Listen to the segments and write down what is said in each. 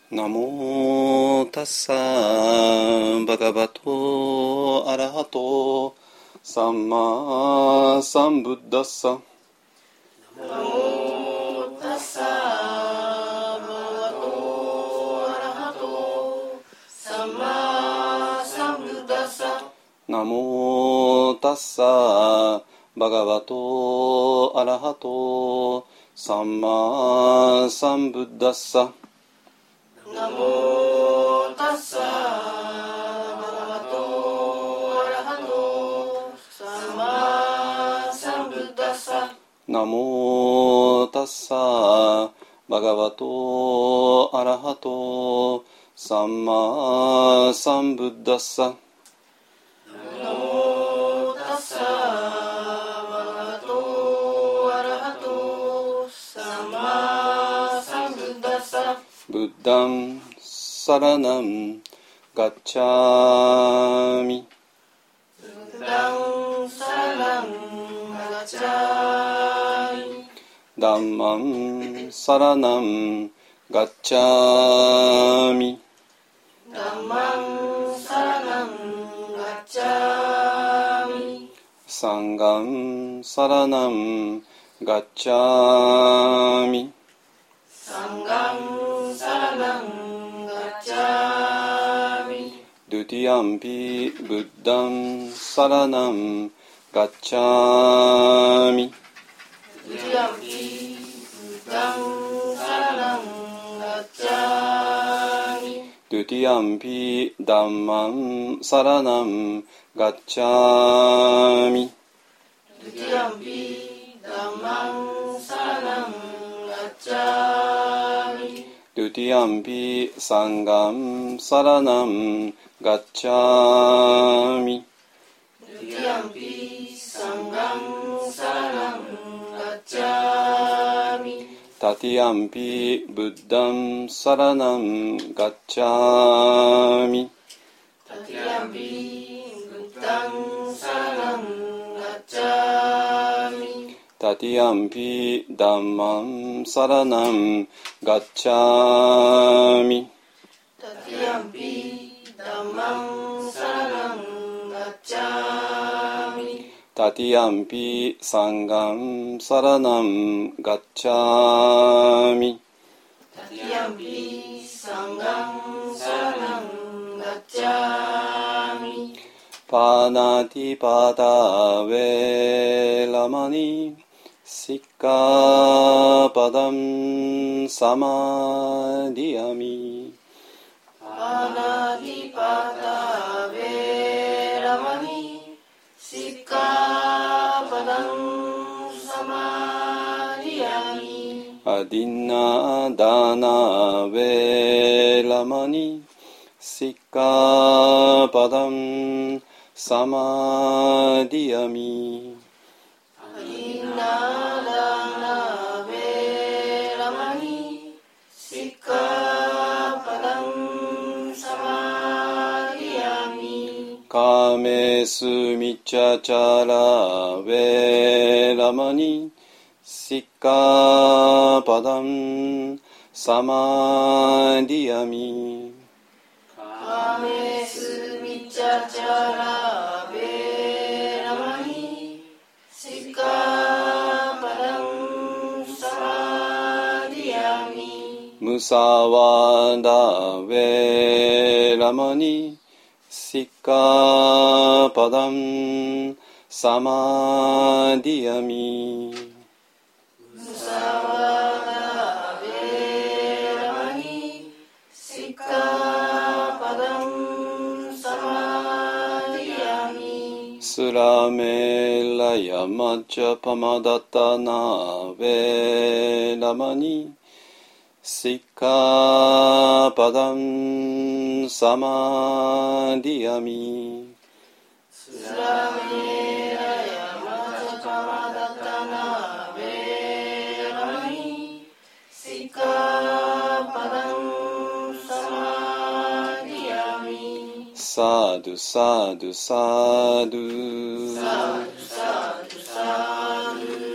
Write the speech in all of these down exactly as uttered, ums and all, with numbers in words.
ナモタッサーバガバトアラハトサンマサンブッダッサ。 ナモタッサーバガバトアラハトサンマサンブッダッサ。 ナモタッサーバガバトアラハトサンマサンブッダッサ。 ナモタッサーバガバトアラハトサンマサンブッダッサ。 ナモタッサーバガバトアラハトサンマサンブッダッサ。 ナモタッサーバガバトアラハトサンマサンブッダッサ。 ブッダンサラナンガッチャミ。 ブッダンサランガチャミ。 ダンマンサラナンガッチャミ。 ダンマンサラナンガチャミ。 サンガンサラナンガッチャミ。 サンガンサラナンガチャミ。 ドゥティアンピブッダンサラナンガッチャミ。 ドゥティアンピブッダンサラナンガチャミ。 ドゥティアンピダンマンサラナンガッチャミ。 ドゥティアンピダンマンサラナンガチャミ。 ドゥティアンピサンガンサラナンガッチャミ。 ドゥティアンピサンガンサラナンガチャミ。 タティアンピブッダンサラナンガッチャミ。 タティアンピブッダンサラナンガチャミ。 タティアンピダンマンサラナンガッチャミ。 タティアンピダンマンサラナンガチャミ。 タティアンピサンガンサラナンガッチャミ。 タティアンピサンガンサラナンガチャミ。 パナティパタウェラマニシッカパダンサマディアミ。 パナティパタウェラマニシッカパダンサマディアミ。 アディナダナウェラマニシッカパダンサマディアミ。 アディナダナウェラマニシッカパダンサマディアミ。 カメスミチャチャラウェラマニシッカパダンサマディアミ。 カメスミチャチャラベラマニシカパダンサマディアミ。 ムサワダウェラマニシッカパダンサマディアミ。 ムサワダベラマニシカパダンサマディアミ。 スラメラヤマチャパマダタナウェラマニシッカパダンサマディアミ。 スラメラヤマチャパマダタナベラマニシカパダンサマディアミ。 サドゥサドゥサドゥサドゥサドゥサドゥ。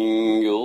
行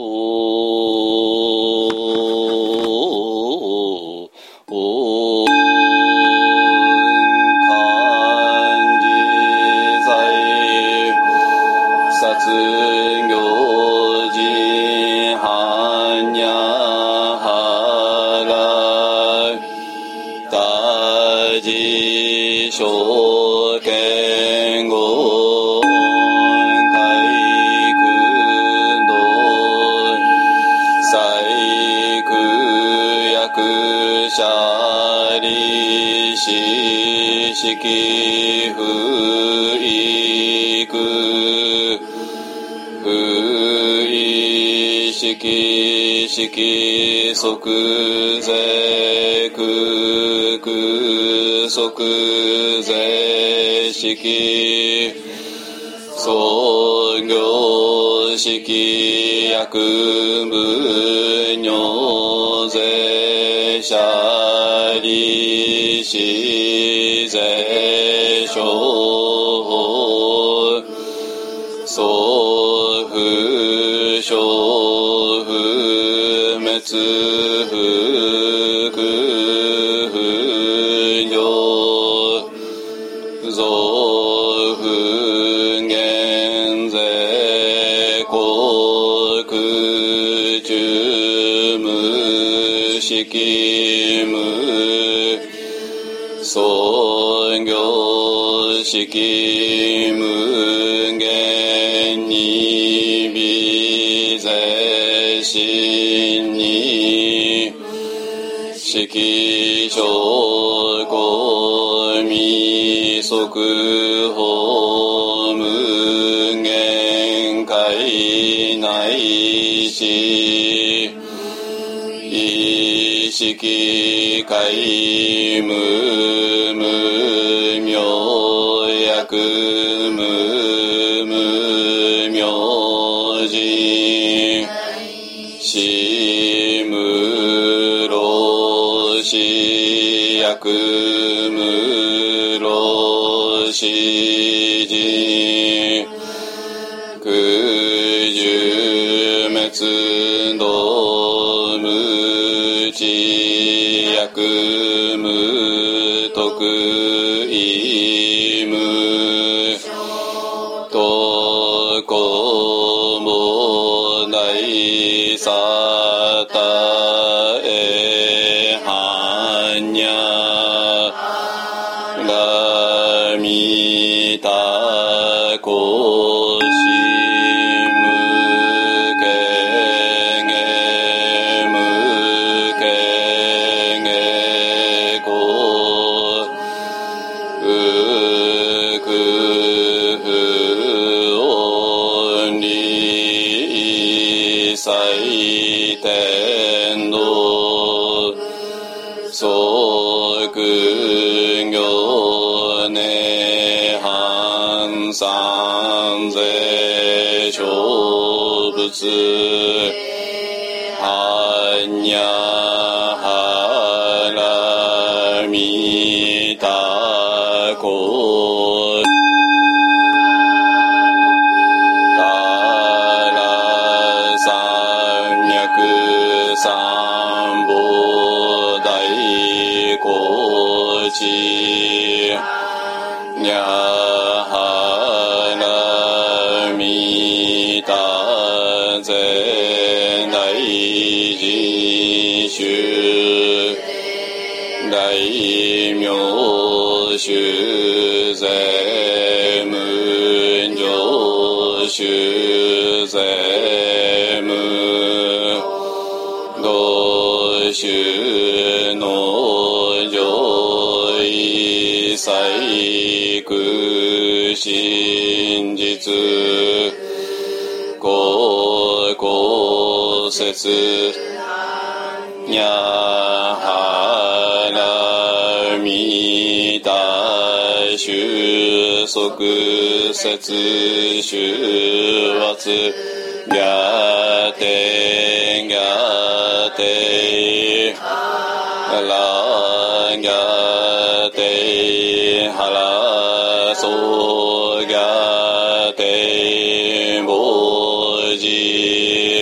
色即税空空即税色創業式薬無尿税者利子税商法総不小不滅不不行増不減税国中無式無創業式無限に微税心に式小公未速報無限界内し意識界無無明薬無無明人死無老死薬無老死人空十滅道無知薬無徳意無とこもないさたえはんにゃらみたこしむけげむけげこうくふおんり祭天道即行涅槃三世小仏般若波羅蜜多故たら三脈三菩提高知にゃはらみたぜ大人衆大名衆税無常衆税無道衆の上位細工真実公公説にゃはらみた収束説収圧ギャテギャテラギャテハラソギャテボジ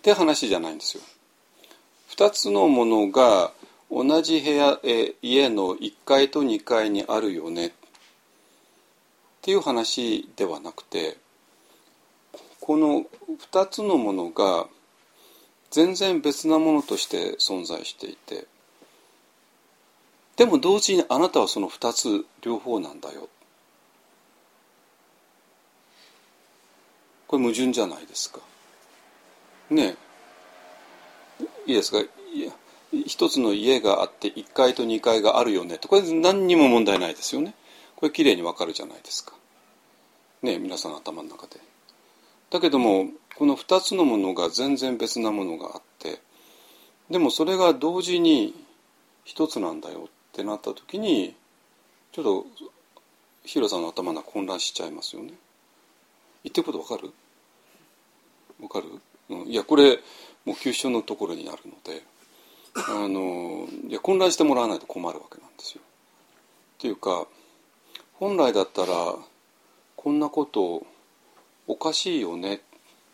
って話じゃないんですよ。二つのものが同じ部屋、え家のいっかいとにかいにあるよねっていう話ではなくて、この二つのものが全然別なものとして存在していて、でも同時にあなたはその二つ両方なんだよ。これ矛盾じゃないですか。ねえ、いいですか。いや、一つの家があっていっかいとにかいがあるよねって、これ何にも問題ないですよね。これきれいにわかるじゃないですか。ねえ、皆さんの頭の中で。だけどもこの二つのものが全然別なものがあって、でもそれが同時に一つなんだよってなった時に、ちょっとヒロさんの頭が混乱しちゃいますよね。言ってることわかる？わかる？うん、いやこれもう急所のところにあるので、あのいや混乱してもらわないと困るわけなんですよ。っていうか、本来だったらこんなことおかしいよね。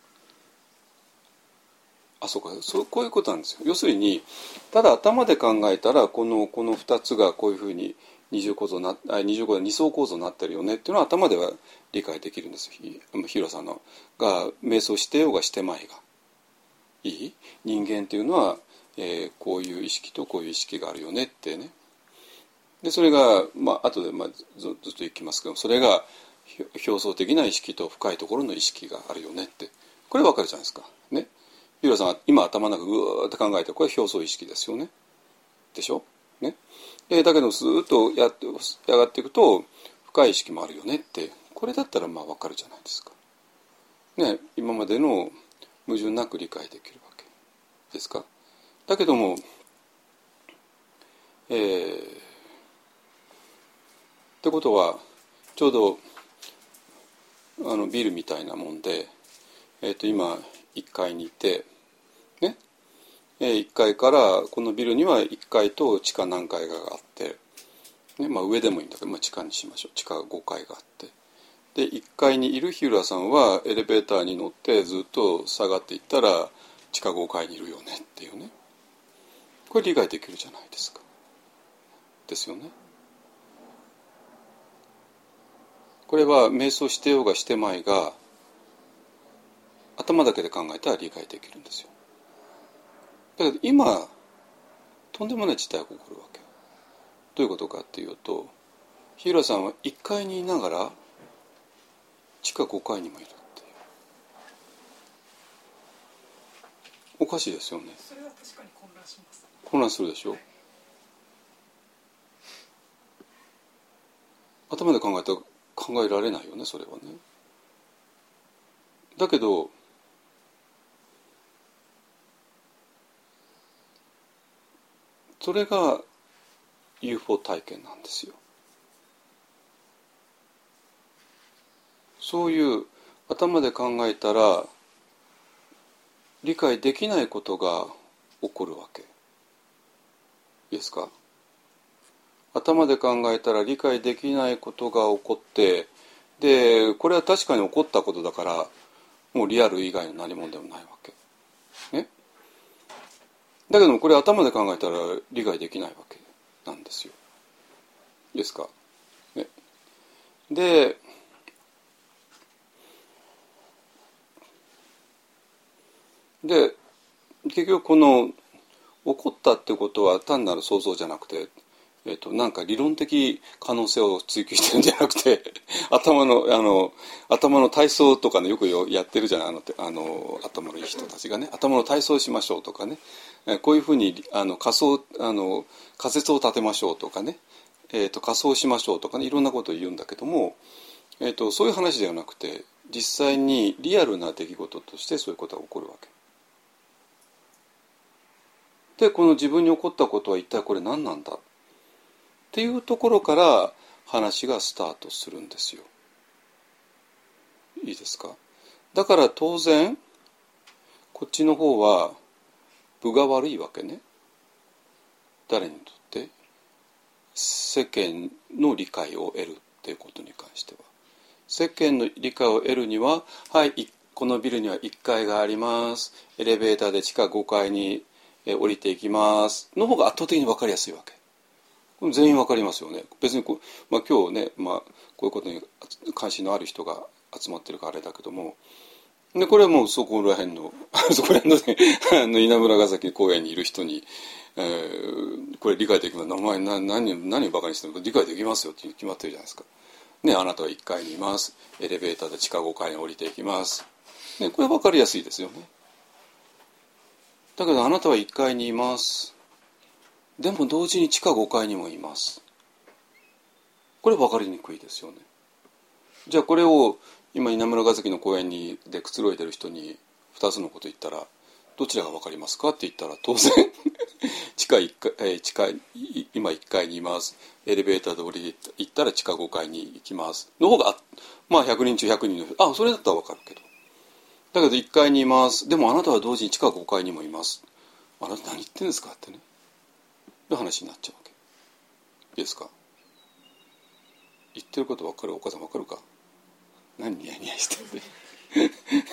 あ、そうか、そう、こういうことなんですよ。要するに、ただ頭で考えたらこのこのふたつがこういうふうに二重構造なあ二重構造二層構造になってるよねっていうのは頭では理解できるんですよ。ヒロさんのが瞑想してようがしてまいがいい、人間っていうのは、えー、こういう意識とこういう意識があるよねってね。でそれがまあ後でまあずずっといきますけど、それが表層的な意識と深いところの意識があるよねって、これ分かるじゃないですかね。ヒロさんは今頭の中うーって考えて、これ表層意識ですよね。でしょね。でだけどずっとやってやがっていくと深い意識もあるよねって、これだったらまあ分かるじゃないですか。ね、今までの矛盾なく理解できるわけですか。だけども、えー、ってことはちょうどあのビルみたいなもんで、えー、と今いっかいにいて、ね、いっかいからこのビルにはいっかいと地下何階かがあって、ね、まあ、上でもいいんだけど、まあ、地下にしましょう。地下ごかいがあって、でいっかいにいる日浦さんはエレベーターに乗ってずっと下がっていったら地下ごかいにいるよねっていうね、これ理解できるじゃないですか。ですよね。これは瞑想してようがしてまいが頭だけで考えたら理解できるんですよ。だけど今とんでもない事態が起こるわけ。どういうことかっていうと、日浦さんはいっかいにいながら地下ごかいにもいるっていう、おかしいですよね。 それは確かに混乱します。 混乱するでしょ。頭で考えたら考えられないよね、それはね。だけどそれが ユーフォー 体験なんですよ。そういう頭で考えたら理解できないことが起こるわけいいですか。頭で考えたら理解できないことが起こって、でこれは確かに起こったことだからもうリアル以外の何もでもないわけね。だけどもこれ頭で考えたら理解できないわけなんですよ。いいですか、ね、でで結局この起こったってことは単なる想像じゃなくて、えー、となんか理論的可能性を追求してるんじゃなくて頭のあの頭の体操とかね、よくやってるじゃない、あのあの頭のいい人たちがね、頭の体操しましょうとかね、こういうふうにあの仮想あの仮説を立てましょうとかね、えー、と仮想しましょうとかね、いろんなことを言うんだけども、えー、とそういう話ではなくて実際にリアルな出来事としてそういうことが起こるわけで、この自分に起こったことは一体これ何なんだっていうところから話がスタートするんですよ。いいですか。だから当然こっちの方は分が悪いわけね。誰にとって？世間の理解を得るっていうことに関しては、世間の理解を得るには、はい、 このビルにはいっかいがあります、エレベーターで地下ごかいに降りていきますの方が圧倒的に分かりやすいわけ。全員分かりますよね。別にこう、まあ、今日ね、まあ、こういうことに関心のある人が集まってるからあれだけども、でこれはもうそこら辺のそこら辺のねあの稲村ヶ崎公園にいる人に、えー、これ理解できます、名前何何何をバカにしてるのか理解できますよって決まってるじゃないですか。ね、あなたはいっかいにいます、エレベーターで地下ごかいに降りていきます、ね、これ分かりやすいですよね。だけどあなたはいっかいにいます、でも同時に地下ごかいにもいます、これ分かりにくいですよね。じゃあこれを今稲村ヶ崎の公園にでくつろいでる人にふたつのこと言ったらどちらが分かりますかって言ったら当然地下いっかい、えー、地下今いっかいにいます、エレベーターで降りて行ったら地下ごかいに行きますの方がまあひゃくにん中ひゃくにんの人、あそれだったら分かるけど、だけどいっかいにいます、でもあなたは同時に地下ごかいにもいます、あなた何言ってんですかってねの話になっちゃうわけ。いいですか。言ってること分かる？お母さん分かるか？何ニヤニヤしてる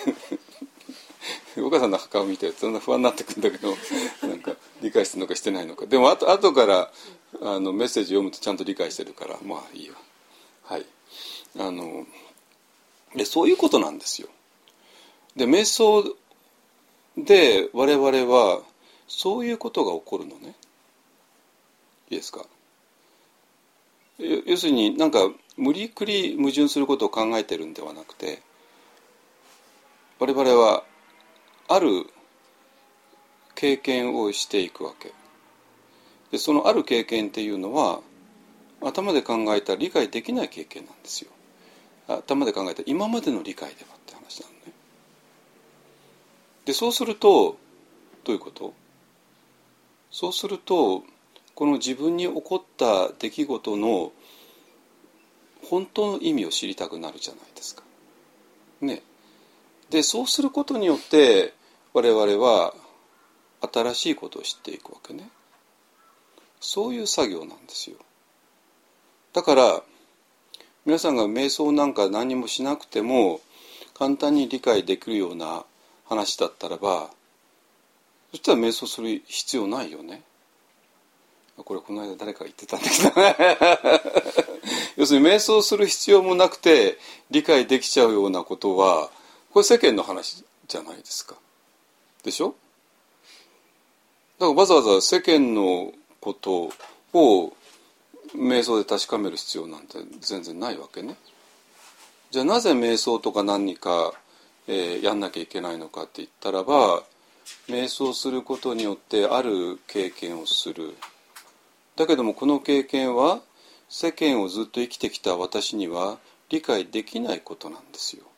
お母さんの墓を見てそんな不安になってくるんだけどなんか理解してるのかしてないのか。でもあと後からあのメッセージ読むとちゃんと理解してるからまあいいわ。はいあのでそういうことなんですよ。で瞑想で我々はそういうことが起こるのね。いいですか。要するになんか無理くり矛盾することを考えてるんではなくて、我々はある経験をしていくわけで、そのある経験っていうのは頭で考えたら理解できない経験なんですよ。頭で考えたら今までの理解ではって話なのね。でそうするとどういうこと？そうするとこの自分に起こった出来事の本当の意味を知りたくなるじゃないですか。ね。でそうすることによって我々は新しいことを知っていくわけね。そういう作業なんですよ。だから皆さんが瞑想なんか何もしなくても簡単に理解できるような話だったらば、そしたら瞑想する必要ないよね。これこの間誰か言ってたんだけどね要するに瞑想する必要もなくて理解できちゃうようなことはこれ世間の話じゃないですか。でしょ。だからわざわざ世間のことを瞑想で確かめる必要なんて全然ないわけね。じゃあなぜ瞑想とか何か、えー、やんなきゃいけないのかって言ったらば、瞑想することによってある経験をする。だけどもこの経験は世間をずっと生きてきた私には理解できないことなんですよ。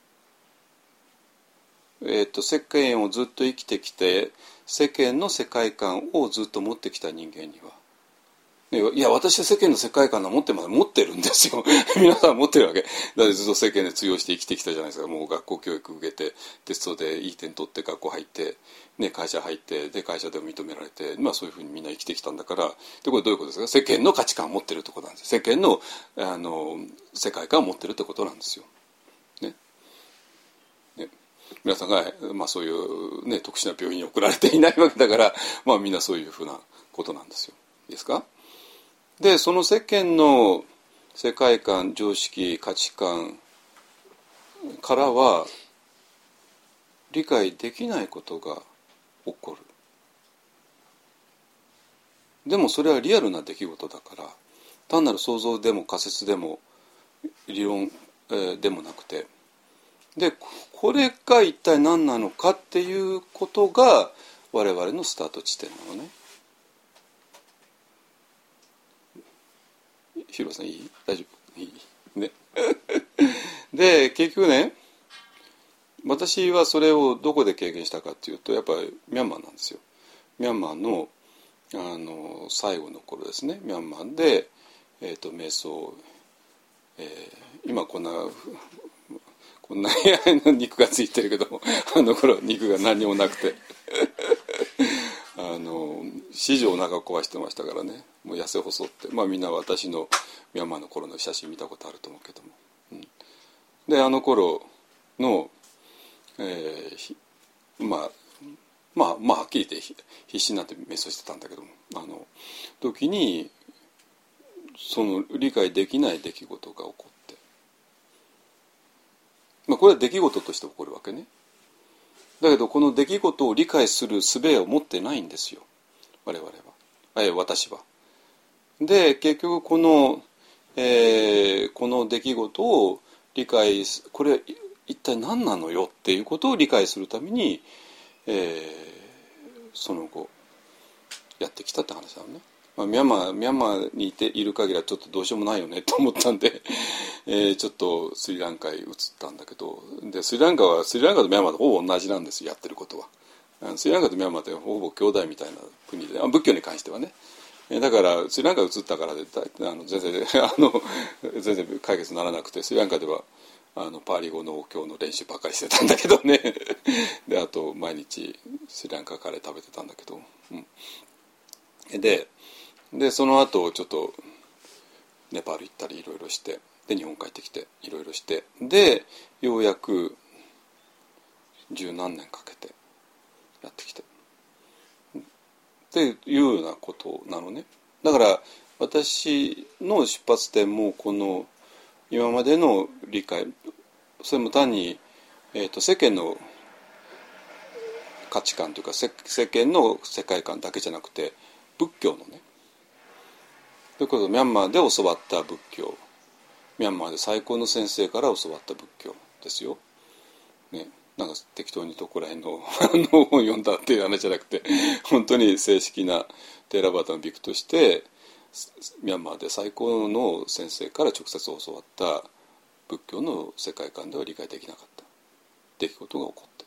えーと、世間をずっと生きてきて世間の世界観をずっと持ってきた人間には、いや私は世間の世界観を持ってます持ってるんですよ皆さん持ってるわけだってずっと世間で通用して生きてきたじゃないですか。もう学校教育受けてテストでいい点取って学校入って、ね、会社入ってで会社でも認められて、まあ、そういうふうにみんな生きてきたんだから。でこれどういうことですか。世間の価値観を持ってるってことなんですよ。世間の、あの世界観を持ってるってことなんですよ、ねね、皆さんが、まあ、そういう、ね、特殊な病院に送られていないわけだから、まあ、みんなそういうふうなことなんですよ。いいですか。でその世間の世界観常識価値観からは理解できないことが起こる。でもそれはリアルな出来事だから単なる想像でも仮説でも理論、えー、でもなくて、でこれが一体何なのかっていうことが我々のスタート地点なのね。ヒロさんいい？大丈夫？いい？ねで結局ね、私はそれをどこで経験したかっていうとやっぱりミャンマーなんですよ。ミャンマーの、あの最後の頃ですね。ミャンマーで、えーと、瞑想、えー、今こんなこんな肉がついてるけどもあの頃肉が何にもなくてあの四条お腹壊してましたからね。もう痩せ細って、まあみんな私のミャンマーの頃の写真見たことあると思うけども、うん、であの頃のえー、まあまあまあはっきり言って必死になって瞑想してたんだけども、あの時にその理解できない出来事が起こって、まあ、これは出来事として起こるわけね。だけどこの出来事を理解する術を持ってないんですよ、我々は、え私は。で結局この、えー、この出来事を理解、これ一体何なのよっていうことを理解するために、えー、その後やってきたって話なのね。まあ、ミャンマーミャンマーにいている限りはちょっとどうしようもないよねと思ったんで、えー、ちょっとスリランカへ移ったんだけど、でスリランカはスリランカとミャンマーとほぼ同じなんですよ、やってることは。スリランカとミャンマーってほぼ兄弟みたいな国で、仏教に関してはね。だからスリランカ移ったからであの全然あの全然解決にならなくて、スリランカではあのパーリ語のお経の練習ばっかりしてたんだけどねであと毎日スリランカカレー食べてたんだけど、うん、ででその後ちょっとネパール行ったりいろいろして、で日本帰ってきていろいろして、でようやく十何年かけてやってきてっていうようなことなのね。だから私の出発点もこの今までの理解、それも単に、えーと、世間の価値観というか世間の世界観だけじゃなくて、仏教のね、ということでミャンマーで教わった仏教、ミャンマーで最高の先生から教わった仏教ですよ、ね、なんか適当にどこら辺の本を読んだっていう話じゃなくて、本当に正式なテーラバータのビクとしてミャンマーで最高の先生から直接教わった仏教の世界観では理解できなかった出来事が起こって、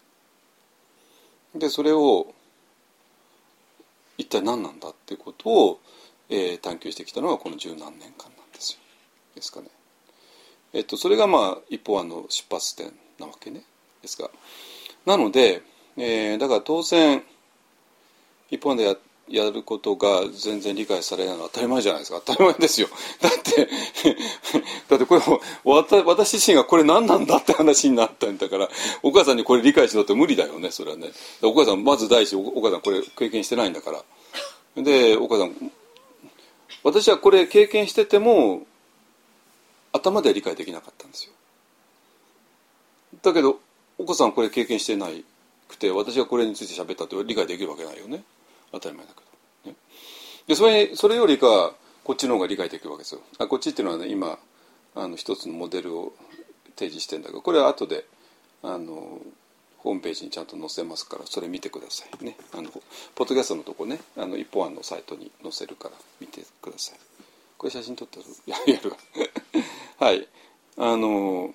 でそれを一体何なんだっていうことを、えー、探求してきたのがこの十何年間なんですよ。ですかね。えっとそれがまあ一方案の出発点なわけね。ですが、なので、えー、だから当然一方案で や, やることが全然理解されないのは当たり前じゃないですか。当たり前ですよ。だってだってこれ私自身がこれ何なんだって話になったんだから、お母さんにこれ理解しろって無理だよね、それはね。お母さんまず第一、お母さんこれ経験してないんだから。でお母さん、私はこれ経験してても頭では理解できなかったんですよ。だけどお母さんこれ経験してないくて、私がこれについて喋ったって理解できるわけないよね。当たり前だけど、ね、でそれそれよりかこっちの方が理解できるわけですよ。あこっちっていうのはね、今あの一つのモデルを提示してるんだけど、これは後であのホームページにちゃんと載せますから、それ見てくださいね。あのポッドキャストのとこね、あの一方案のサイトに載せるから見てください。これ写真撮ったらやるはい、あの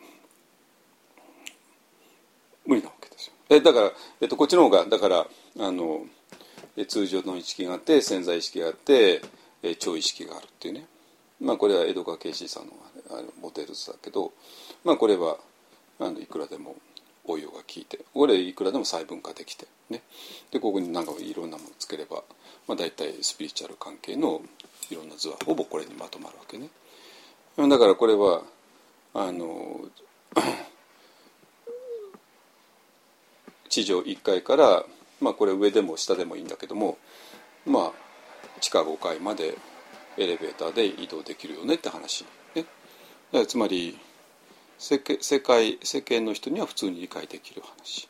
無理なわけですよ。えだから、えっと、こっちの方がだからあの通常の意識があって、潜在意識があって、え超意識があるっていうね。まあこれは江戸川慶心さんのあのモデル図だけど、まあこれはあのいくらでも応用が効いて、これいくらでも細分化できてね。でここになんかいろんなものつければ、まあ大体スピリチュアル関係のいろんな図はほぼこれにまとまるわけね。だからこれはあの地上いっかいから、まあこれ上でも下でもいいんだけども、まあ地下ごかいまでエレベーターで移動できるよねって話ね。だからつまり世界世間の人には普通に理解できる話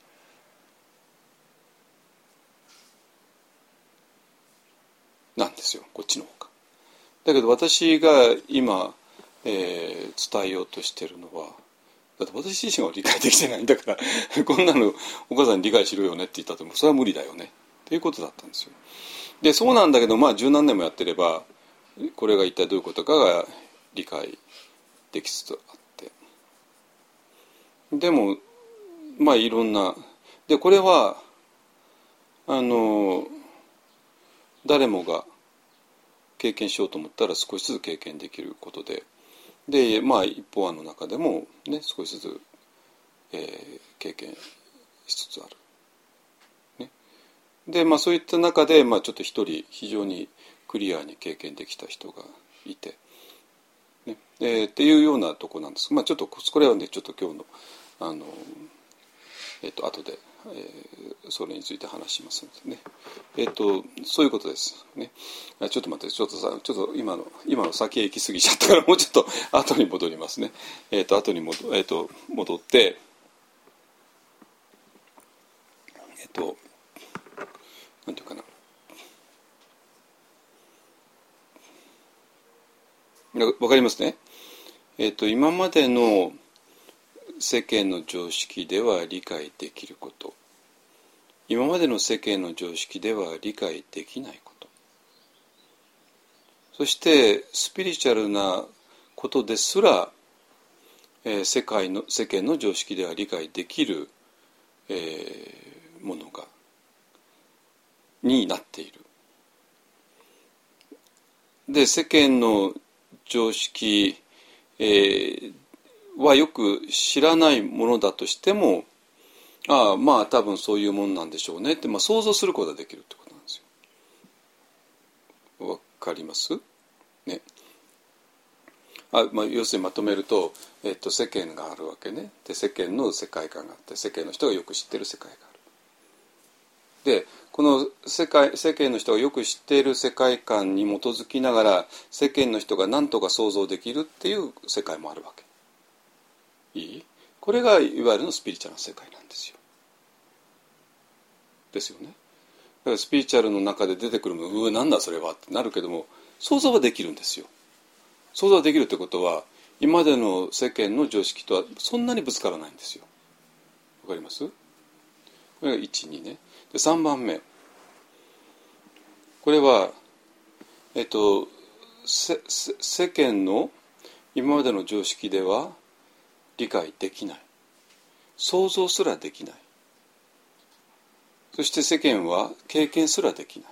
なんですよ、こっちの方が。だけど私が今、えー、伝えようとしてるのは、だって私自身は理解できてないんだからこんなのお母さんに理解しろよねって言ったってもそれは無理だよねっていうことだったんですよ。でそうなんだけど、まあ十何年もやってればこれが一体どういうことかが理解できつつあって、でもまあいろんなで、これはあの誰もが経験しようと思ったら少しずつ経験できることで、でまあ一方案の中でもね少しずつ、えー、経験しつつある、ね、でまあそういった中で、まあ、ちょっと一人非常にクリアに経験できた人がいて、ね、えー、っていうようなとこなんです。まあちょっとこれはねちょっと今日のあの、 えっと後で、えー、それについて話しますのでね。えっとそういうことですね。ちょっと待って、ちょっとさ、ちょっと今の今の先へ行き過ぎちゃったから、もうちょっと後に戻りますね。えっと後にもえっと戻って、えっとなんていうかな。わかりますね。えっと今までの世間の常識では理解できること、今までの世間の常識では理解できないこと、そしてスピリチュアルなことですら、えー、世界の世間の常識では理解できる、えー、ものがになっている。で、世間の常識、えー、はよく知らないものだとしても、ああまあ多分そういうものなんでしょうねって、まあ、想像することができるってことなんですよ。わかりますね。あ、まあ、要するにまとめると、えっと、世間があるわけね。で世間の世界観があって、世間の人がよく知ってる世界がある。でこの世界世間の人がよく知っている世界観に基づきながら、世間の人が何とか想像できるっていう世界もあるわけ。いい？これがいわゆるのスピリチュアルな世界なんですよ。ですよね。だからスピリチュアルの中で出てくるもの、うわなんだそれはってなるけども、想像はできるんですよ。想像できるってことは、今までの世間の常識とはそんなにぶつからないんですよ。わかります？これがいち、にね。でさんばんめ、これはえっとせせ世間の今までの常識では理解できない、想像すらできない、そして世間は経験すらできない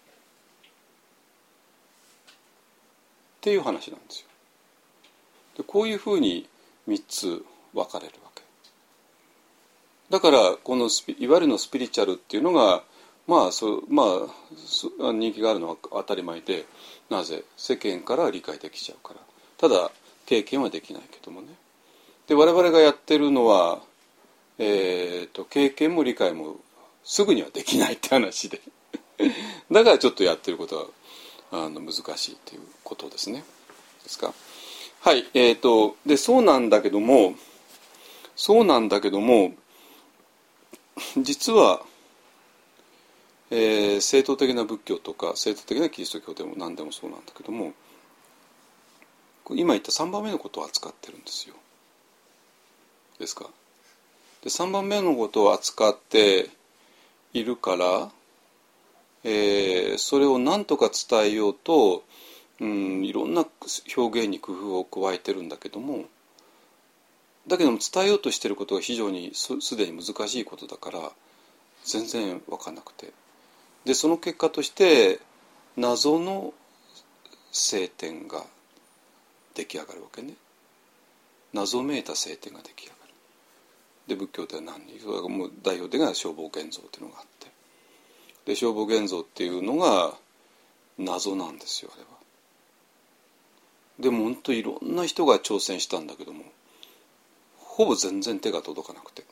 っていう話なんですよ。でこういうふうにみっつ分かれるわけだから、このスピいわゆるのスピリチュアルっていうのがまあそまあ人気があるのは当たり前で、なぜ世間から理解できちゃうから。ただ経験はできないけどもね。で我々がやってるのは、えー、と経験も理解もすぐにはできないって話でだからちょっとやってることはあの難しいということですね。ですか。はい。えー、とでそうなんだけどもそうなんだけども実は、えー、正統的な仏教とか正統的なキリスト教でも何でもそうなんだけども、今言ったさんばんめのことを扱ってるんですよ。ですか。でさんばんめのことを扱っているから、えー、それを何とか伝えようと、うん、いろんな表現に工夫を加えてるんだけども、だけども伝えようとしていることが非常にすすでに難しいことだから全然分かんなくて、でその結果として謎の聖典が出来上がるわけね。謎めいた聖典が出来上がる。で仏教では何人それがもう代表的な正法現像っていうのがあって、で正法現像っていうのが謎なんですよ、あれは。でも本当いろんな人が挑戦したんだけども、ほぼ全然手が届かなくて、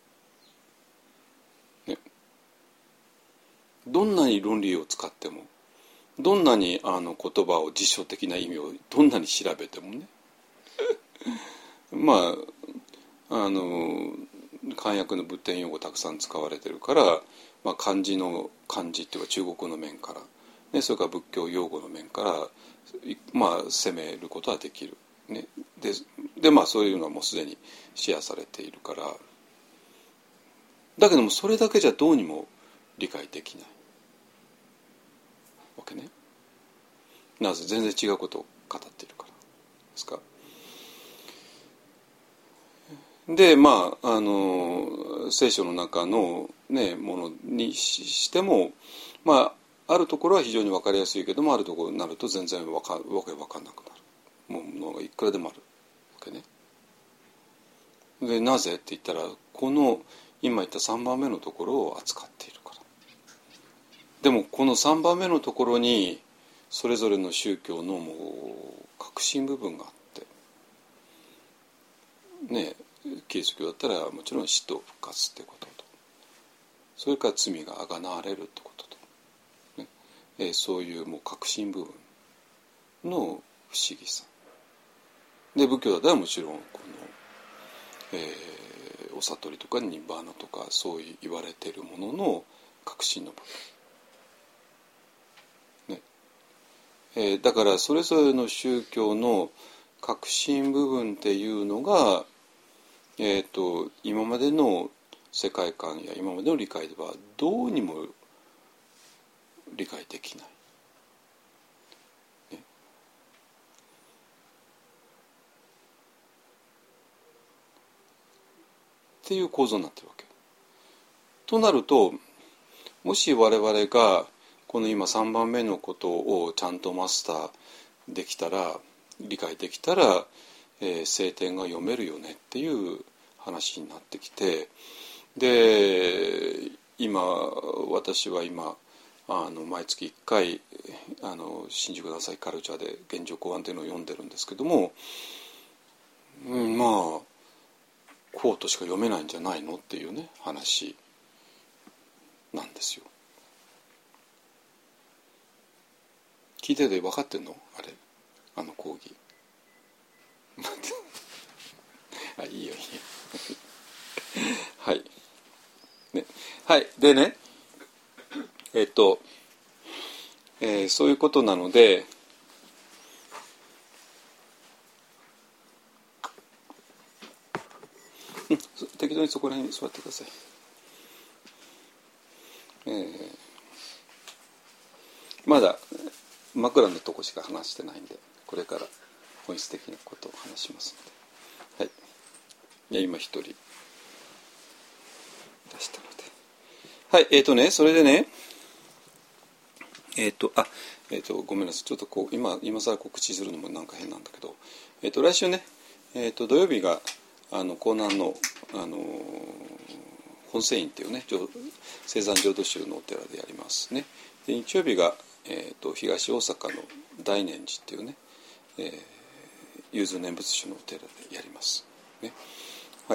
ね、どんなに論理を使っても、どんなにあの言葉を辞書的な意味をどんなに調べてもねまああの漢訳の仏典用語たくさん使われてるから、まあ、漢字の漢字っていうか中国の面から、ね、それから仏教用語の面から、まあ、攻めることはできる、ね、で, でまあそういうのはもうすでにシェアされているから、だけどもそれだけじゃどうにも理解できないわけね。なぜ全然違うことを語っているからですか。でまああの聖書の中の、ね、ものにしても、まああるところは非常に分かりやすいけども、あるところになると全然わかわけ分かんなくなるものがいくらでもあるわけね。でなぜって言ったら、この今言ったさんばんめのところを扱っているから。でもこのさんばんめのところにそれぞれの宗教のもう核心部分があってね、 キリスト教だったらもちろん死と復活ってことと、それから罪があがなわれるってことと、ねえー、そういうもう核心部分の不思議さで、仏教だったらもちろんこの、えー、お悟りとかニッバーナとかそう言われているものの核心の部分、ねえー、だからそれぞれの宗教の核心部分っていうのが、えーと、今までの世界観や今までの理解ではどうにも理解できない、ね、っていう構造になってるわけ。となると、もし我々がこの今さんばんめのことをちゃんとマスターできたら、理解できたら、えー、聖典が読めるよねっていう話になってきて、で今私は今あの毎月いっかいあの新宿の朝日カルチャーで現状公案というのを読んでるんですけども、うん、まあこうとしか読めないんじゃないのっていうね話なんですよ。聞いてて分かってんのあれ、あの講義あ、いいよいいよはいね、はいでねえっと、えー、そういうことなので、うん、適当にそこら辺に座ってください。えー、まだ枕のとこしか話してないんで、これから本質的なことを話しますので、はい、いや今一人出したので、はい、えっ、ー、とねそれでねえっ、ー、とあえっ、ー、とごめんなさい、ちょっとこう今今更告知するのもなんか変なんだけど、えっ、と来週ねえっ、と土曜日があの江南のあの本聖院っていうね青山浄土宗のお寺でやりますね。で日曜日が、えー、と東大阪の大念寺っていうね、えー、融通念仏宗のお寺でやりますね。はい。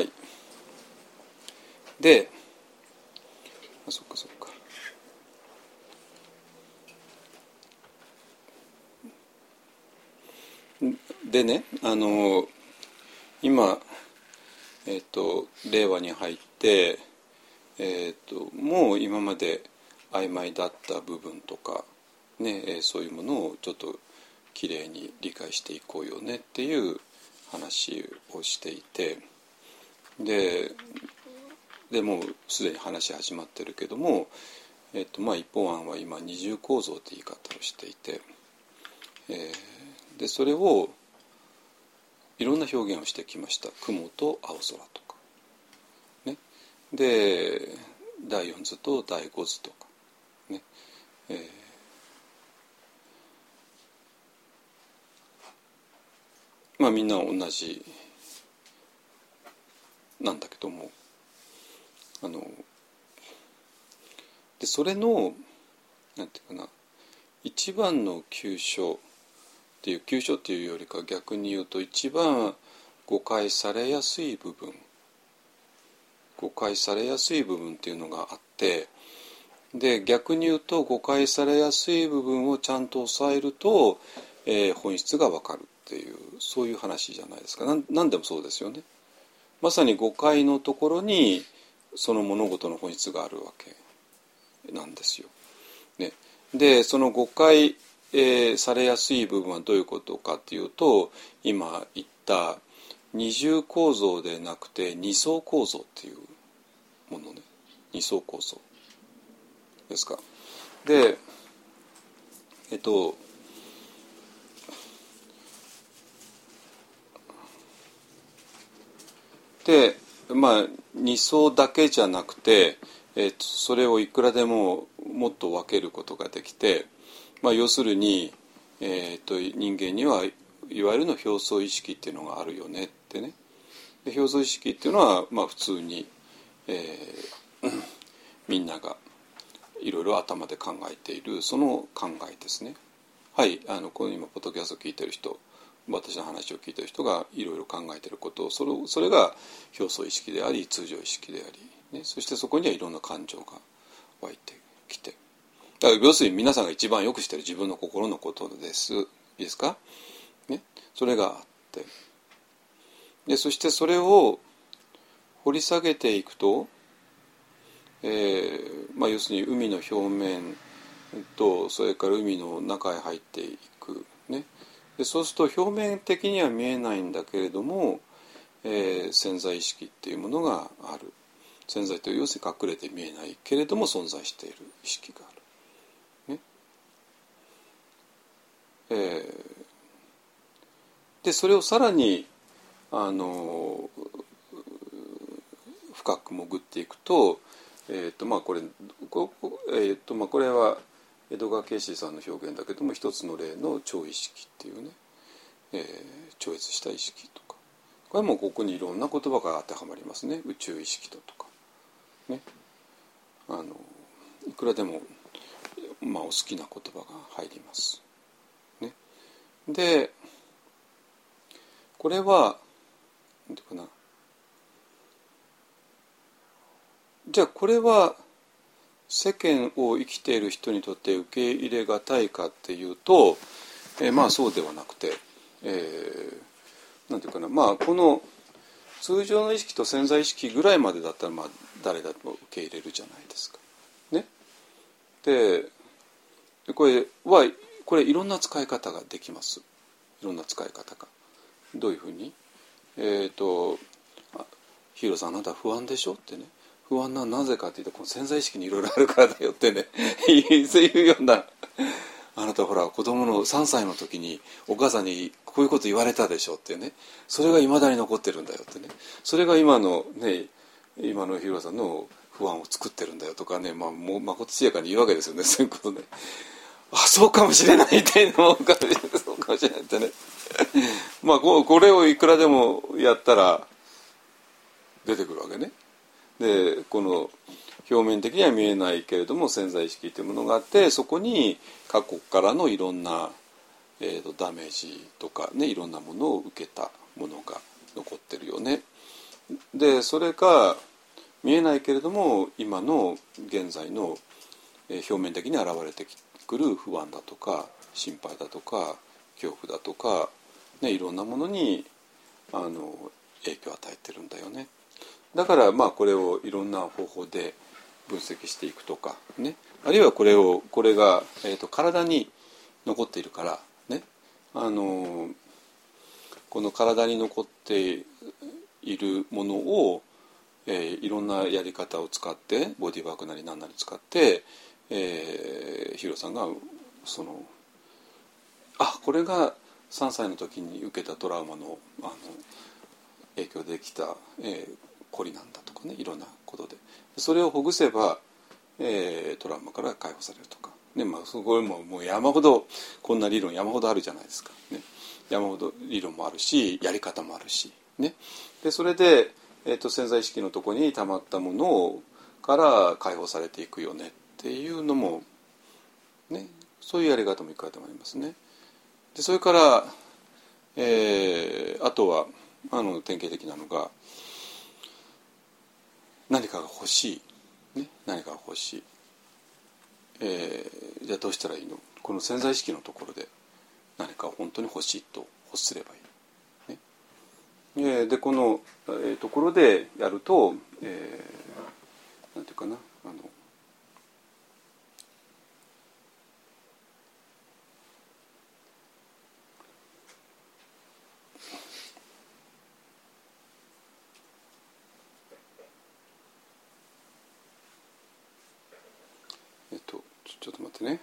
で、あそっかそっか。でね、あの今えっ、ー、と令和に入って、えー、ともう今まで曖昧だった部分とかね、えー、そういうものをちょっときれいに理解していこうよねっていう話をしていて、ででもうすでに話始まってるけども、えーとまあ、一方案は今二重構造って言い方をしていて、えー、でそれをいろんな表現をしてきました。雲と青空とか、ね、で第四図と第五図とか、ねえー、まあみんな同じなんだけども、あのでそれのなんていうかな、一番の急所っていう急所っていうよりか逆に言うと一番誤解されやすい部分誤解されやすい部分っていうのがあって、で逆に言うと誤解されやすい部分をちゃんと抑えると、えー、本質が分かるっていうそういう話じゃないですか。なん、なんでもそうですよね。まさに誤解のところにその物事の本質があるわけなんですよ。ね、でその誤解、えー、されやすい部分はどういうことかっていうと、今言った二重構造でなくて二層構造っていうものね、二層構造ですか。でえっとでまあ二層だけじゃなくて、えっと、それをいくらでももっと分けることができて、まあ、要するに、えっと、人間にはいわゆるの表層意識っていうのがあるよねってね。で表層意識っていうのは、まあ、普通に、えー、みんながいろいろ頭で考えているその考えですね。はい、あのこの今ポッドキャストを聞いてる人私の話を聞いている人がいろいろ考えていることを、それそれが表層意識であり通常意識であり、ね、そしてそこにはいろんな感情が湧いてきて、だから要するに皆さんが一番よく知っている自分の心のことです。いいですか、ね、それがあって、でそしてそれを掘り下げていくと、えーまあ、要するに海の表面とそれから海の中へ入っていく、ね、でそうすると表面的には見えないんだけれども、えー、潜在意識っていうものがある。潜在という要するに隠れて見えないけれども存在している意識がある、ねえー、でそれをさらにあの深く潜っていくと、えーとまあ、これ、こ, えーとまあ、これは江戸川慶子さんの表現だけども、一つの例の超意識っていうね、えー、超越した意識とか、これはもうここにいろんな言葉が当てはまりますね。宇宙意識ととか、ね、あのいくらでも、まあ、お好きな言葉が入ります、ね、でこれはなんていうかな、じゃあこれは世間を生きている人にとって受け入れがたいかっていうと、えー、まあそうではなくて、えー、なんていうかな、まあこの通常の意識と潜在意識ぐらいまでだったら、まあ誰だと受け入れるじゃないですか。ね。で、これはこれいろんな使い方ができます。いろんな使い方が。どういうふうに？えっと、ヒーローさんあなた不安でしょってね。不安なのはなぜかっていうと、この潜在意識にいろいろあるからだよってねそういうような、あなたほら子供のさんさいの時にお母さんにこういうこと言われたでしょってね、それがいまだに残ってるんだよってね、それが今のね今のヒロさんの不安を作ってるんだよとかね、まあもうまことしやかに言うわけですよね。そういうことね。あ、そうかもしれないっていうのもそうかもしれないってねまあこれをいくらでもやったら出てくるわけね。でこの表面的には見えないけれども潜在意識というものがあって、そこに過去からのいろんな、えーと、ダメージとかね、いろんなものを受けたものが残ってるよね。でそれが見えないけれども今の現在の、えー、表面的に現れてくる不安だとか心配だとか恐怖だとか、ね、いろんなものにあの影響を与えてるんだよね。だからまあこれをいろんな方法で分析していくとかね、あるいはこれをこれが、えーと、体に残っているからね、あのこの体に残っているものを、えー、いろんなやり方を使ってボディーワークなり何なり使って、えー、ヒロさんがそのあこれがさんさいの時に受けたトラウマの、あの影響できた、えーコリなんだとかね、いろんなことでそれをほぐせば、えー、トラウマから解放されるとか、ね、まあこれももう山ほどこんな理論山ほどあるじゃないですか、ね、山ほど理論もあるしやり方もあるし、ね、でそれで、えー、と潜在意識のところに溜まったものをから解放されていくよねっていうのも、ね、そういうやり方もいくらでもありますね。でそれから、えー、あとはあの典型的なのが何かが欲しい、ね、何かが欲しい、えー、じゃあどうしたらいいの？この潜在意識のところで何か本当に欲しいと欲すればいい、ね、えー、でこの、えー、ところでやると、えー、なんていうかな、あのえっとちょ、ちょっと待ってね。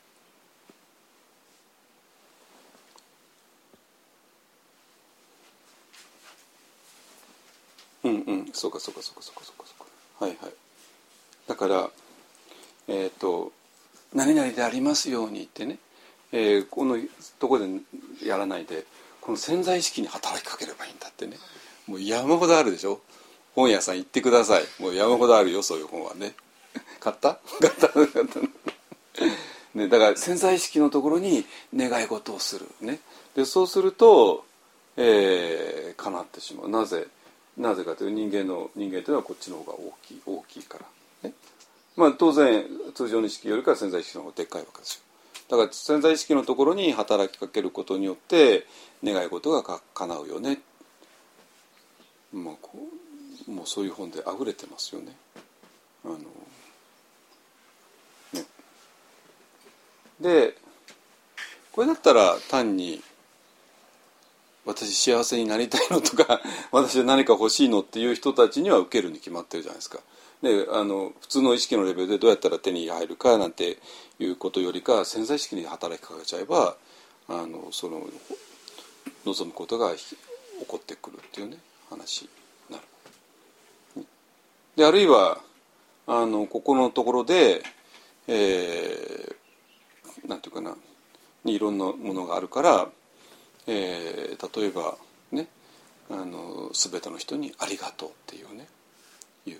うんうん、そうかそうかそうかそうかそうかそうか、はいはい。だからえっと何々でありますようにってね、えー、このところでやらないでこの潜在意識に働きかければいいんだってね、もう山ほどあるでしょ。本屋さん行ってください。もう山ほどあるよ、そういう本はね。買った買った買ったね、だから潜在意識のところに願い事をする、ね、ででそうすると、えー、叶ってしまう。なぜなぜかというと人間の人間というのはこっちの方が大きい大きいから、ね。まあ当然通常の意識よりか潜在意識の方がでっかいわけですよ。だから潜在意識のところに働きかけることによって願い事がか叶うよね。まあこうもうそういう本で溢れてますよね。あのねでこれだったら単に私幸せになりたいのとか私は何か欲しいのっていう人たちには受けるに決まってるじゃないですか。であの普通の意識のレベルでどうやったら手に入るかなんていうことよりか潜在意識に働きかけちゃえばあのその望むことが起こってくるっていうね話になる。であるいはあのここのところで、えー、なんていうかなにいろんなものがあるから、えー、例えばねあの全ての人にありがとうっていうね言う、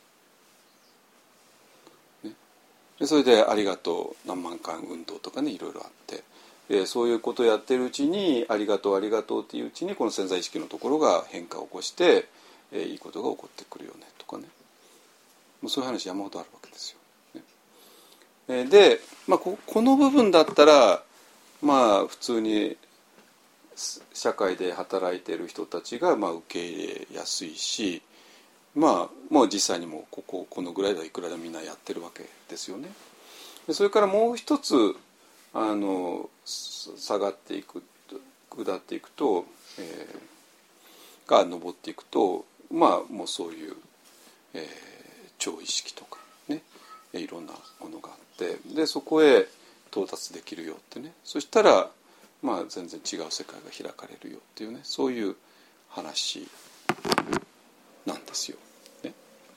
ね、でそれでありがとう何万回運動とかねいろいろあって、えー、そういうことをやってるうちにありがとうありがとうっていううちにこの潜在意識のところが変化を起こして、えー、いいことが起こってくるよねとかねもうそういう話山ほどあるわけですよ。ねえー、で、まあ、こ, この部分だったらまあ普通に社会で働いている人たちがまあ受け入れやすいし、まあもう実際にもこここのぐらいではいくらでもみんなやってるわけですよね。でそれからもう一つあの下がっていく下っていくと、えー、が上っていくとまあもうそういう、えー、超意識とかねいろんなものがあってでそこへ到達できるよってねそしたらまあ全然違う世界が開かれるよっていうねそういう話なんですよ、ね、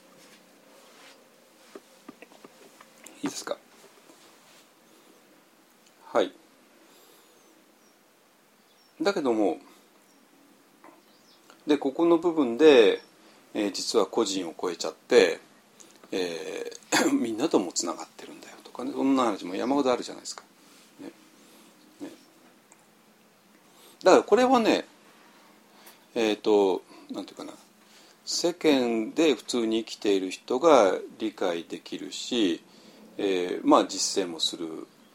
いいですか。はいだけどもでここの部分で、えー、実は個人を超えちゃって、えー、みんなともつながってるんだよとかねそんな話も山ほどあるじゃないですか、ねね、だからこれはねえっとなんていうかな世間で普通に生きている人が理解できるし、えー、まあ実践もする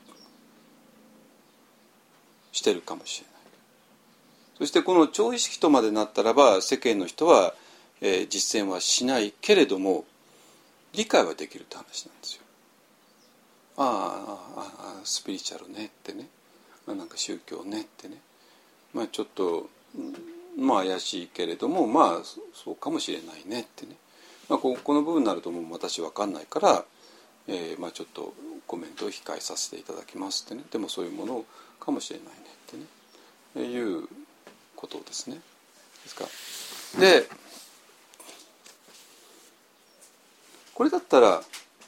してるかもしれない。そしてこの超意識とまでなったらば世間の人は、えー、実践はしないけれども理解はできるって話なんですよ。ああああスピリチュアルねってねなんか宗教ねってねまあちょっとまあ怪しいけれどもまあそうかもしれないねってね、まあ、こ, この部分になるともう私分かんないから、えーまあ、ちょっとコメントを控えさせていただきますってねでもそういうものかもしれないねってねいうことですね。ですか。でこれだったら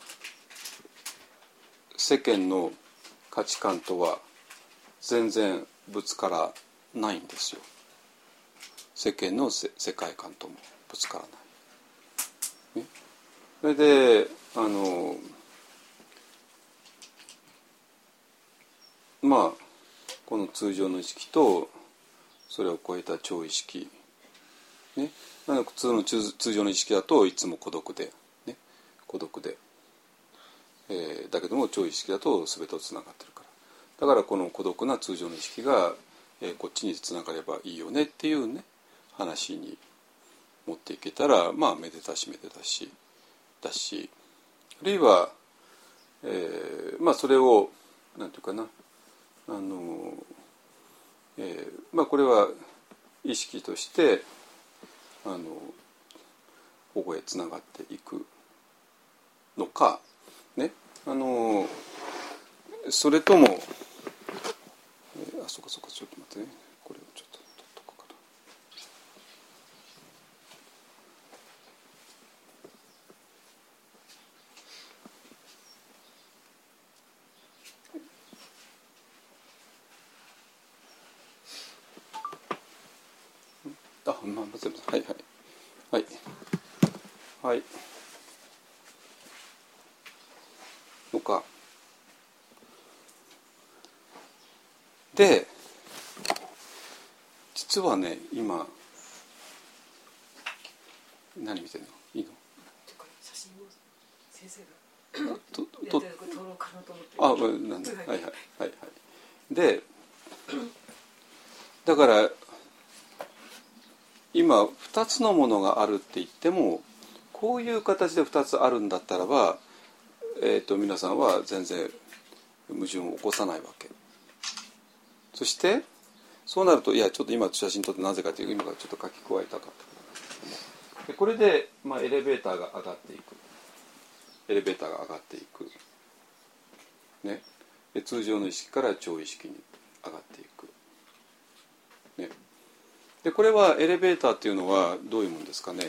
世間の価値観とは全然ぶつからないんですよ。世間の世界観ともぶつからない、ね、それであのまあこの通常の意識とそれを超えた超意識、ね、普通の通常の意識だといつも孤独で、ね、孤独で、えー、だけども超意識だと全てとつながってるからだからこの孤独な通常の意識が、えー、こっちにつながればいいよねっていうね話に持っていけたらまあめでたしめでたしだしあるいは、えー、まあそれをなんていうかなあの、えー、まあこれは意識としてあのここへつながっていくのかねあのそれとも、えー、あそこそこちょっと待ってねこれをちょっと取っとこうかな。あ、まあ、全部はいはいはいはいのかで実はね今何見てんの？いいの？ 写真を先生がとやってるこれ撮ろうかなと思って。 あ、なんだ、はいはいはいはい。で、だから今ふたつのものがあるって言っても、こういう形でふたつあるんだったらば、えーと、皆さんは全然矛盾を起こさないわけ。そしてそうなると、いやちょっと今写真撮ってなぜかという今からちょっと書き加えたかったで、これで、まあ、エレベーターが上がっていくエレベーターが上がっていく、ね、で通常の意識から超意識に上がっていく、ね、でこれはエレベーターっていうのはどういうものですかね。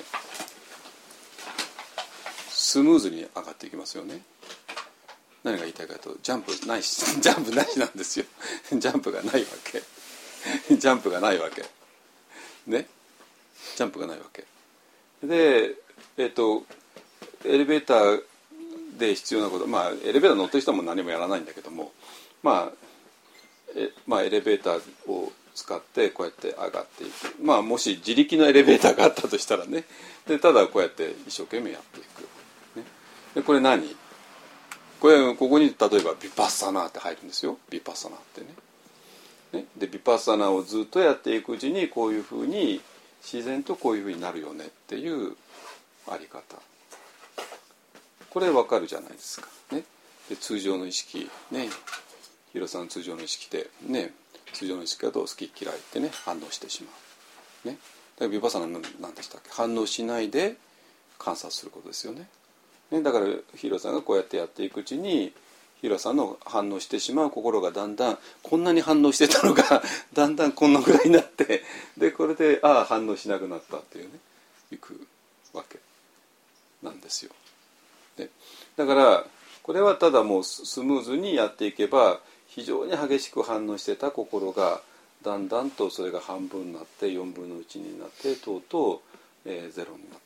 スムーズに上がっていきますよね。何が言いたいかというと、ジャンプないしジャンプなしなんですよ。ジャンプがないわけジャンプがないわけね、ジャンプがないわけで、えっとエレベーターで必要なこと、まあエレベーター乗ってる人も何もやらないんだけども、まあえまあエレベーターを使ってこうやって上がっていく。まあもし自力のエレベーターがあったとしたらね、でただこうやって一生懸命やっていく、ね、でこれ何？これここに例えばヴィパッサナーって入るんですよ。ヴィパッサナーってね。ねでヴィパッサナーをずっとやっていくうちにこういうふうに自然とこういうふうになるよねっていうあり方。これわかるじゃないですか。ね、で通常の意識ね、ヒロさん通常の意識でね、通常の意識だと好き嫌いってね反応してしまう。ね、だからヴィパッサナー何でしたっけ？反応しないで観察することですよね。ね、だからヒロさんがこうやってやっていくうちにヒロさんの反応してしまう心がだんだんこんなに反応してたのがだんだんこんなぐらいになって、でこれでああ反応しなくなったっていうねいくわけなんですよ。でだからこれはただもうスムーズにやっていけば非常に激しく反応してた心がだんだんとそれが半分になってよんぶんのいちになってとうとう、えー、ゼロになって、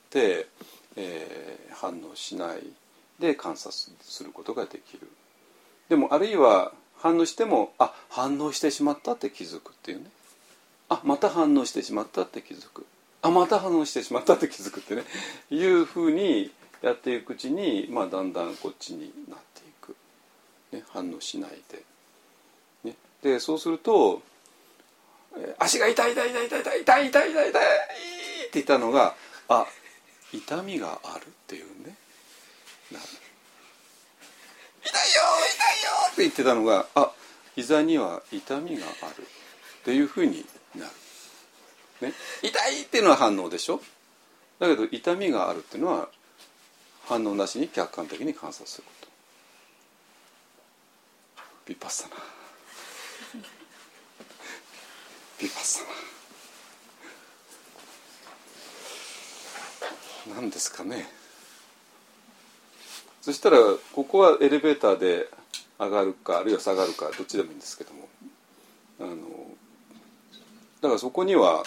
えー、反応しないで観察することができる。でもあるいは反応してもあ反応してしまったって気づくっていうね、あまた反応してしまったって気づく、あまた反応してしまったって気づくってねいうふうにやっていくうちに、まあ、だんだんこっちになっていく、ね、反応しないで、ね、でそうすると足が痛い痛い痛い痛い痛い痛い痛い痛い痛いって言ったのがあ痛みがあるっていうねなる。痛いよ痛いよって言ってたのがあ膝には痛みがあるっていうふうになる、ね、痛いっていうのは反応でしょ。だけど痛みがあるっていうのは反応なしに客観的に観察すること。ヴィパッサナーヴィパッサナーなんですかね。そしたらここはエレベーターで上がるかあるいは下がるかどっちでもいいんですけども、あのだからそこには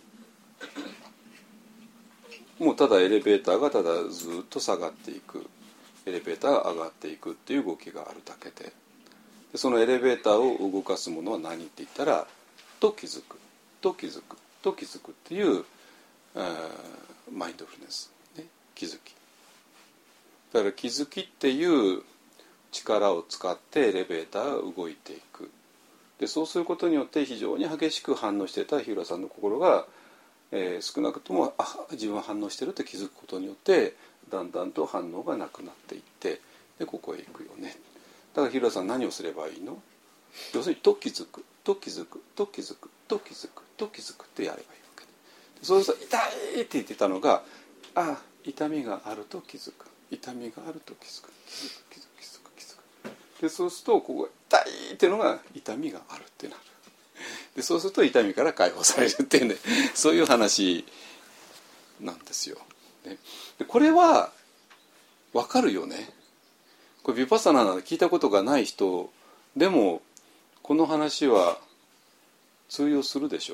もうただエレベーターがただずっと下がっていく、エレベーターが上がっていくっていう動きがあるだけで、でそのエレベーターを動かすものは何って言ったらと気づくと気づくと気づくっていう、えー、マインドフルネス、ね、気づき。だから気づきっていう力を使ってエレベーターが動いていく。でそうすることによって非常に激しく反応していた日浦さんの心が、えー、少なくともあ自分は反応してるって気づくことによってだんだんと反応がなくなっていってでここへ行くよね。だから日浦さん何をすればいいの？要するにと気づくと気づくと気づくと気づくと気づくってやればいいわけで、そうすると痛いって言ってたのがあ痛みがあると気づく痛みがあると気づく気づく気づく気づく気づくでそうするとここ痛いっていうのが痛みがあるってなる。でそうすると痛みから解放されるっていうねそういう話なんですよ、ね、でこれは分かるよね。これヴィパッサナーなんて聞いたことがない人でもこの話は通用するでしょ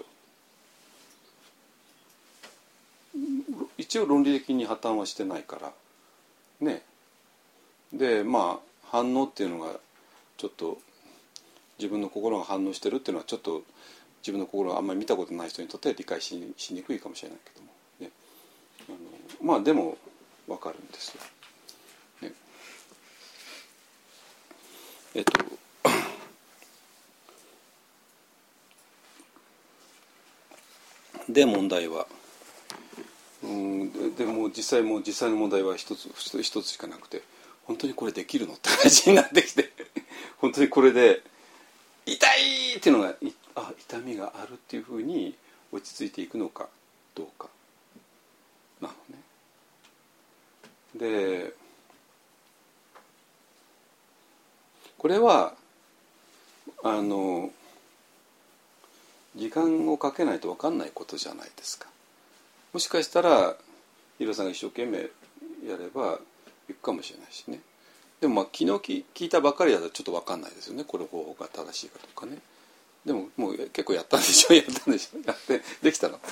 う。一応論理的に破綻はしてないからね。でまあ反応っていうのがちょっと自分の心が反応してるっていうのはちょっと自分の心をあんまり見たことない人にとっては理解し に, しにくいかもしれないけども、ね、あのまあでも分かるんですよ、ね、えっとで問題は、うん、でも実際もう実際の問題は一つ一つしかなくて、本当にこれできるのって話になってきて本当にこれで痛いっていうのがあ痛みがあるっていうふうに落ち着いていくのかどうかなのね。でこれはあの時間をかけないと分かんないことじゃないですか。もしかしたらヒロさんが一生懸命やればいくかもしれないしね。でもまあ昨日聞いたばっかりだとちょっと分かんないですよね、この方法が正しいかとかね。でももう結構やったんでしょやったんでしょやってできたの。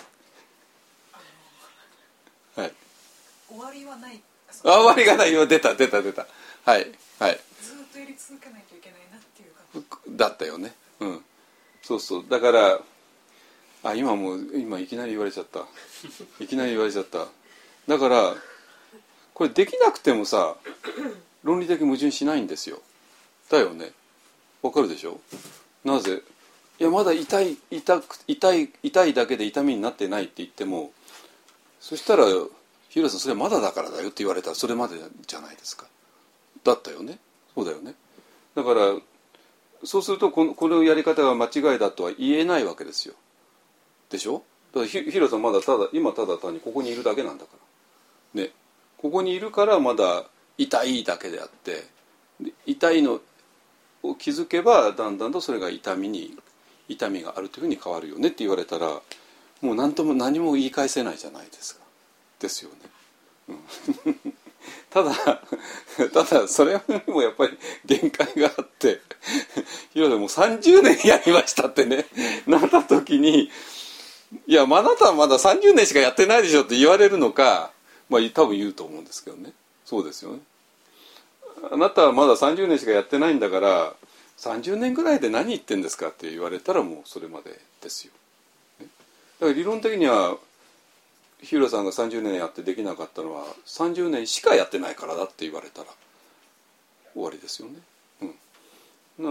はい。 終わりはない。 あ、終わりがない。今出た出た出た。はいはい。 ずっとやり続けないといけないなっていうか。 だったよね。うん。そうそうだからあ今もう今いきなり言われちゃった。いきなり言われちゃった。だからこれできなくてもさ論理的矛盾しないんですよ。だよね。わかるでしょ。なぜいやまだ痛い 痛, く痛い痛いだけで痛みになってないって言っても、そしたらヒロさんそれまだだからだよって言われたらそれまでじゃないですか。だったよね。そうだよね。だからそうするとこの、このやり方が間違いだとは言えないわけですよ。でしょ。だからヒロさんまだただ今ただ単にここにいるだけなんだからね。ここにいるからまだ痛いだけであって、痛いのを気づけばだんだんとそれが痛みに痛みがあるというふうに変わるよねって言われたらもう何とも何も言い返せないじゃないですか。ですよね、うん、ただただそれにもやっぱり限界があってヒロさんもうさんじゅうねんやりましたってねなった時にいやあなたはまださんじゅうねんしかやってないでしょって言われるのか、まあ多分言うと思うんですけどね。そうですよね。あなたはまださんじゅうねんしかやってないんだからさんじゅうねんぐらいで何言ってんですかって言われたらもうそれまでですよ。だから理論的にはヒロさんがさんじゅうねんやってできなかったのはさんじゅうねんしかやってないからだって言われたら終わりですよね。うん、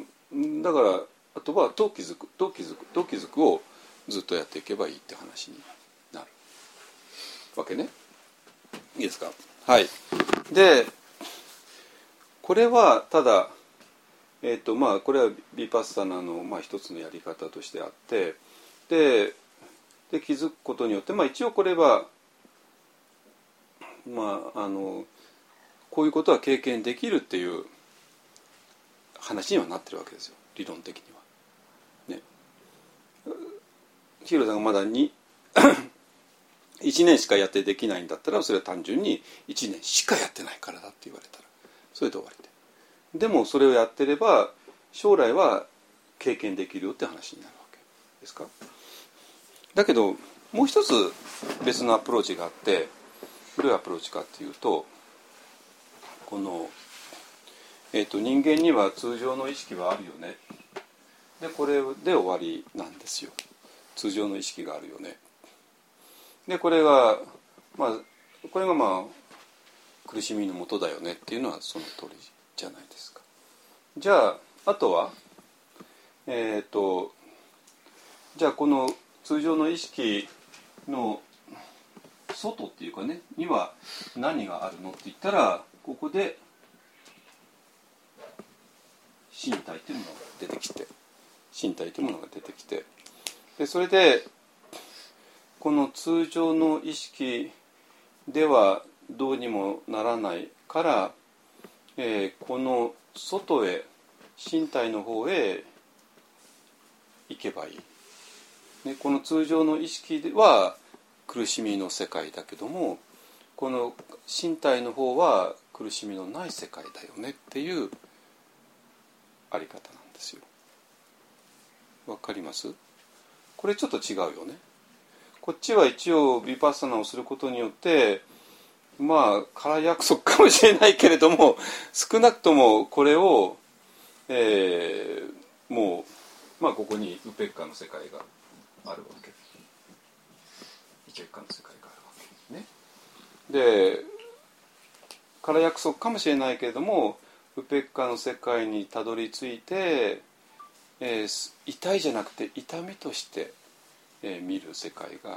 あのだからあとはと気づくと気づくと気づくをずっとやっていけばいいって話になるわけね。いいですか。はい。でこれはただえーとまあ、これはビパッサナの、まあ、一つのやり方としてあって、で、で気づくことによって、まあ、一応これは、まあ、あのこういうことは経験できるっていう話にはなってるわけですよ、理論的には。ね、ヒロさんがまだにいちねんしかやってできないんだったらそれは単純にいちねんしかやってないからだって言われたらそれで終わりで。でもそれをやってれば将来は経験できるよって話になるわけですか。だけどもう一つ別のアプローチがあって、どういうアプローチかっていうと、この、えーと、人間には通常の意識はあるよね。でこれで終わりなんですよ。通常の意識があるよね。でこれがまあこれがまあ苦しみの元だよねっていうのはその通りじゃないですか。じゃああとはえっとじゃあこの通常の意識の外っていうかねには何があるのって言ったら、ここで身体というものが出てきて身体というものが出てきてでそれでこの通常の意識ではどうにもならないから、えー、この外へ身体の方へ行けばいい、ね、この通常の意識では苦しみの世界だけどもこの身体の方は苦しみのない世界だよねっていうあり方なんですよ。わかります？これちょっと違うよね。こっちは一応ヴィパッサナをすることによってまあ空約束かもしれないけれども少なくともこれを、えー、もまあここにウペッカの世界があるわけ、イケッカの世界があるわけね。でから約束かもしれないけれども、ウペッカの世界にたどり着いて、えー、痛いじゃなくて痛みとして、えー、見る世界があって、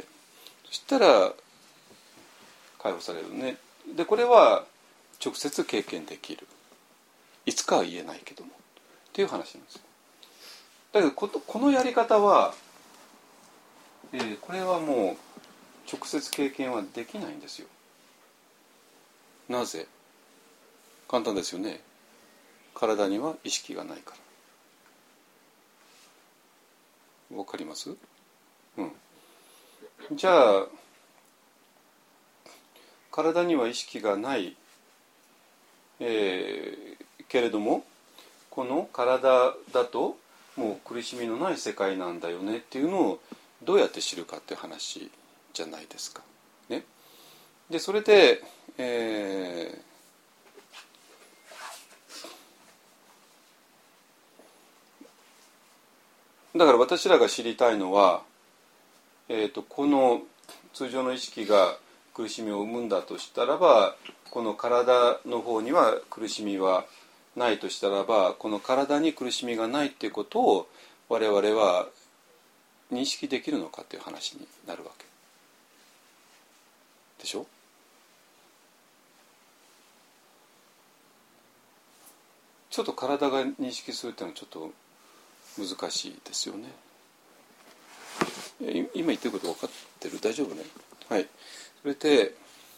そしたら解放されるね。でこれは直接経験できる、いつかは言えないけどもっていう話なんですよ。だけど こ, このやり方は、えー、これはもう直接経験はできないんですよ。なぜ？簡単ですよね。体には意識がないから。わかります？うん。じゃあ体には意識がない、えー、けれどもこの体だともう苦しみのない世界なんだよねっていうのをどうやって知るかっていう話じゃないですか。ね。でそれで、えー、だから私らが知りたいのは、えーと、この通常の意識が苦しみを生むんだとしたらば、この体の方には苦しみはないとしたらば、この体に苦しみがないっていうことを我々は認識できるのかっていう話になるわけでしょ。ちょっと体が認識するっていうのはちょっと難しいですよね。今言ってること分かってる？大丈夫ね。はい。それで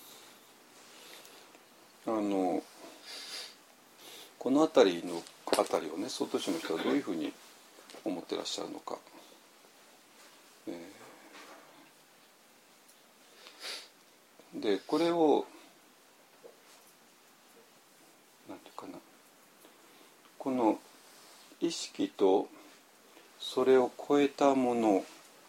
あのこの辺りの辺りをね、曹洞宗の人はどういうふうに思ってらっしゃるのか、えー、でこれをなんていうかな、この意識とそれを超えたもの、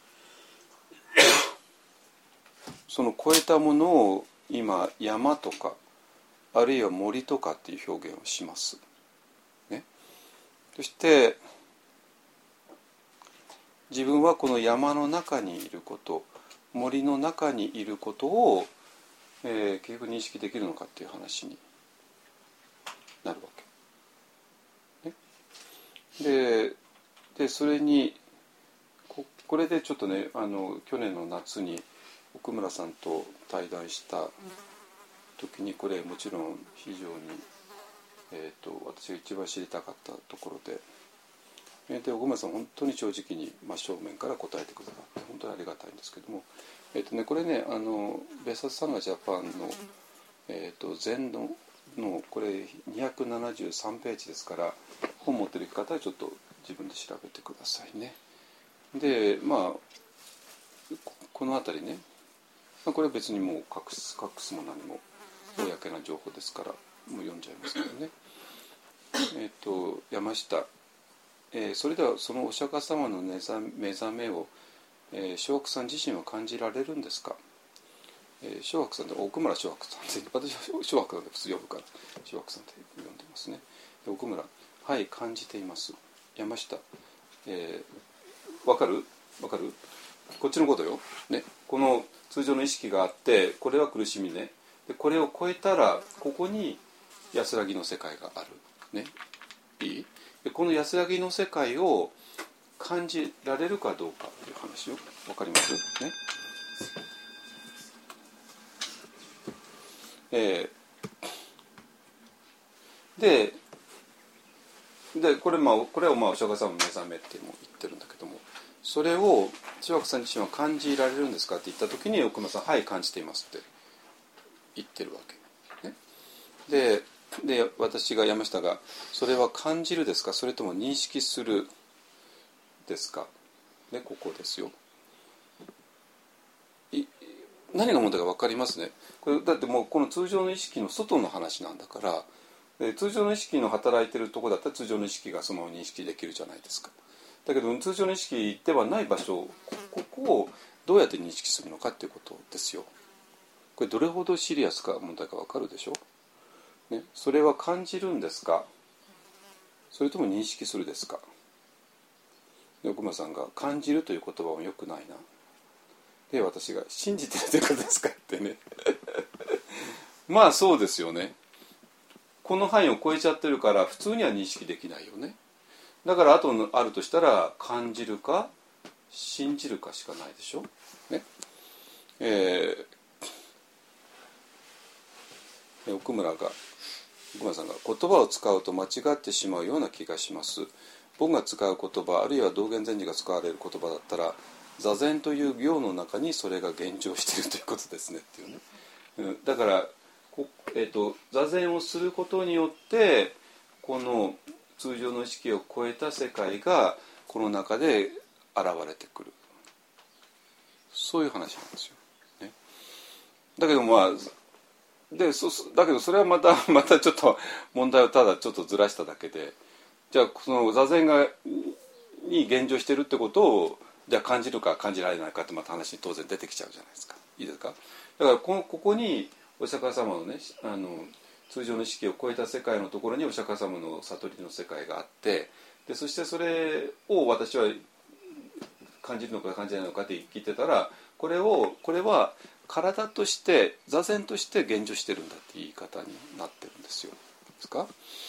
その超えたものを今山とかあるいは森とかっていう表現をします、ね、そして自分はこの山の中にいること、森の中にいることを、えー、結局認識できるのかっていう話になるわけ、ね、で, でそれに こ, これでちょっとね、あの去年の夏に奥村さんと対談した時に、これもちろん非常に、えー、と私が一番知りたかったところで、で奥村さん本当に正直に真正面から答えてくださって本当にありがたいんですけども、えーとね、これね、あのベサスサンガジャパンの、えー、と前ののこれにひゃくななじゅうさんページですから、本持ってる方はちょっと自分で調べてくださいね。でまあこの辺りね、これは別にもう隠す隠すも何も公な情報ですからもう読んじゃいますけどね。えっと山下、えー、それではそのお釈迦様の目覚めを、えー、松伯さん自身は感じられるんですか。えー、松伯さんで奥村松伯さんって私は松伯さんで普通呼ぶから松伯さんって呼んでますね。で奥村、はい感じています。山下、えー、分かる分かるこっちのことよ、ね、この通常の意識があって、これは苦しみね、でこれを超えたらここに安らぎの世界がある、ね、いい？でこの安らぎの世界を感じられるかどうかという話よ。わかりますね。えー、ででこれまあこれをまあお釈迦様の目覚めっても言ってるんだけども、それを松伯さん自身は感じられるんですかって言った時に奥村さんはい感じていますって言ってるわけ、ね、で, で私が山下がそれは感じるですかそれとも認識するですか、ね、ここですよ。何が問題か分かりますね。これだってもうこの通常の意識の外の話なんだから、通常の意識の働いてるところだったら通常の意識がそのまま認識できるじゃないですか。だけど通常の意識ではない場所、ここをどうやって認識するのかっていうことですよ。これどれほどシリアスか問題か分かるでしょ、ね、それは感じるんですかそれとも認識するですか。 で奥村さんが「感じる」という言葉もよくないな。で私が「信じてるということですか」ってねまあそうですよね。この範囲を超えちゃってるから普通には認識できないよね。だからあとあるとしたら感じるか信じるかしかないでしょ、ねえー、奥村が奥村さんが言葉を使うと間違ってしまうような気がします。僕が使う言葉あるいは道元禅師が使われる言葉だったら座禅という行の中にそれが現状しているということですねっていうね、うん、だからこ、えーと、座禅をすることによってこの通常の意識を超えた世界がこの中で現れてくる、そういう話なんですよ、ね、だけどまあでそだけどそれはまたまたちょっと問題をただちょっとずらしただけで、じゃあその座禅がに現状してるってことをじゃあ感じるか感じられないかってまた話に当然出てきちゃうじゃないですか。いいですか。だからこここにお釈迦様のねあの通常の意識を超えた世界のところにお釈迦様の悟りの世界があって、でそしてそれを私は感じるのか感じないのかって聞いてたら、これをこれは体として座禅として現状してるんだって言い方になってるんですよ。ですか。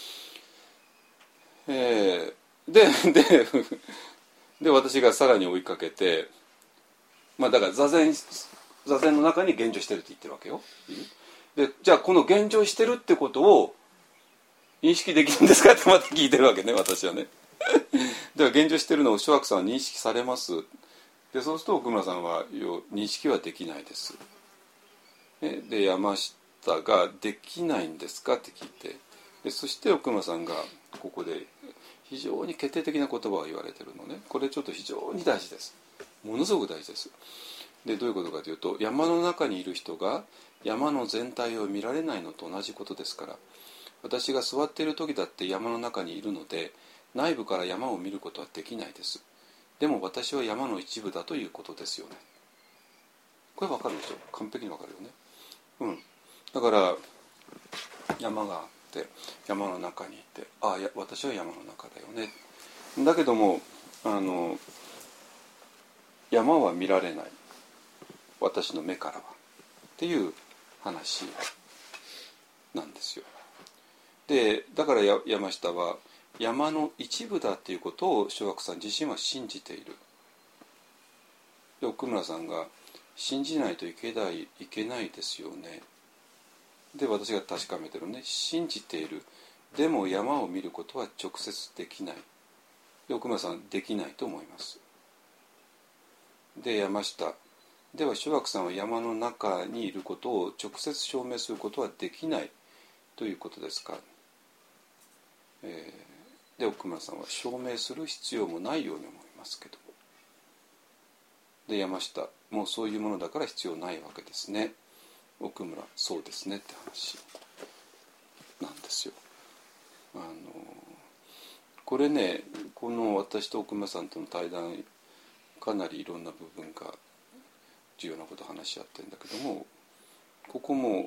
えー、ででで私がさらに追いかけて、まあだから座禅座禅の中に現状してるって言ってるわけよ。でじゃあこの現状してるってことを認識できるんですかってまた聞いてるわけね、私はね。では現状してるのを諸悪さんは認識されます。でそうすると奥村さんは認識はできないです。で山下ができないんですかって聞いて、でそして奥村さんがここで非常に決定的な言葉を言われてるのね。これちょっと非常に大事です。ものすごく大事です。でどういうことかというと、山の中にいる人が山の全体を見られないのと同じことですから、私が座っている時だって山の中にいるので内部から山を見ることはできないです。でも私は山の一部だということですよね。これ分かるでしょ。完璧に分かるよね。うん、だから山があって山の中にいて、ああや私は山の中だよね。だけどもあの山は見られない、私の目からはっていう話なんですよ。でだからや山下は山の一部だっていうことを小学さん自身は信じている。で奥村さんが信じないといけない、いけないですよね。で私が確かめてるね、信じている。でも山を見ることは直接できない。で奥村さんできないと思います。で山下では諸学さんは山の中にいることを直接証明することはできないということですか。えー、で奥村さんは証明する必要もないように思いますけども。で山下もうそういうものだから必要ないわけですね。奥村そうですねって話なんですよ。あのこれね、この私と奥村さんとの対談かなりいろんな部分が重要なことを話し合ってるんだけども、ここも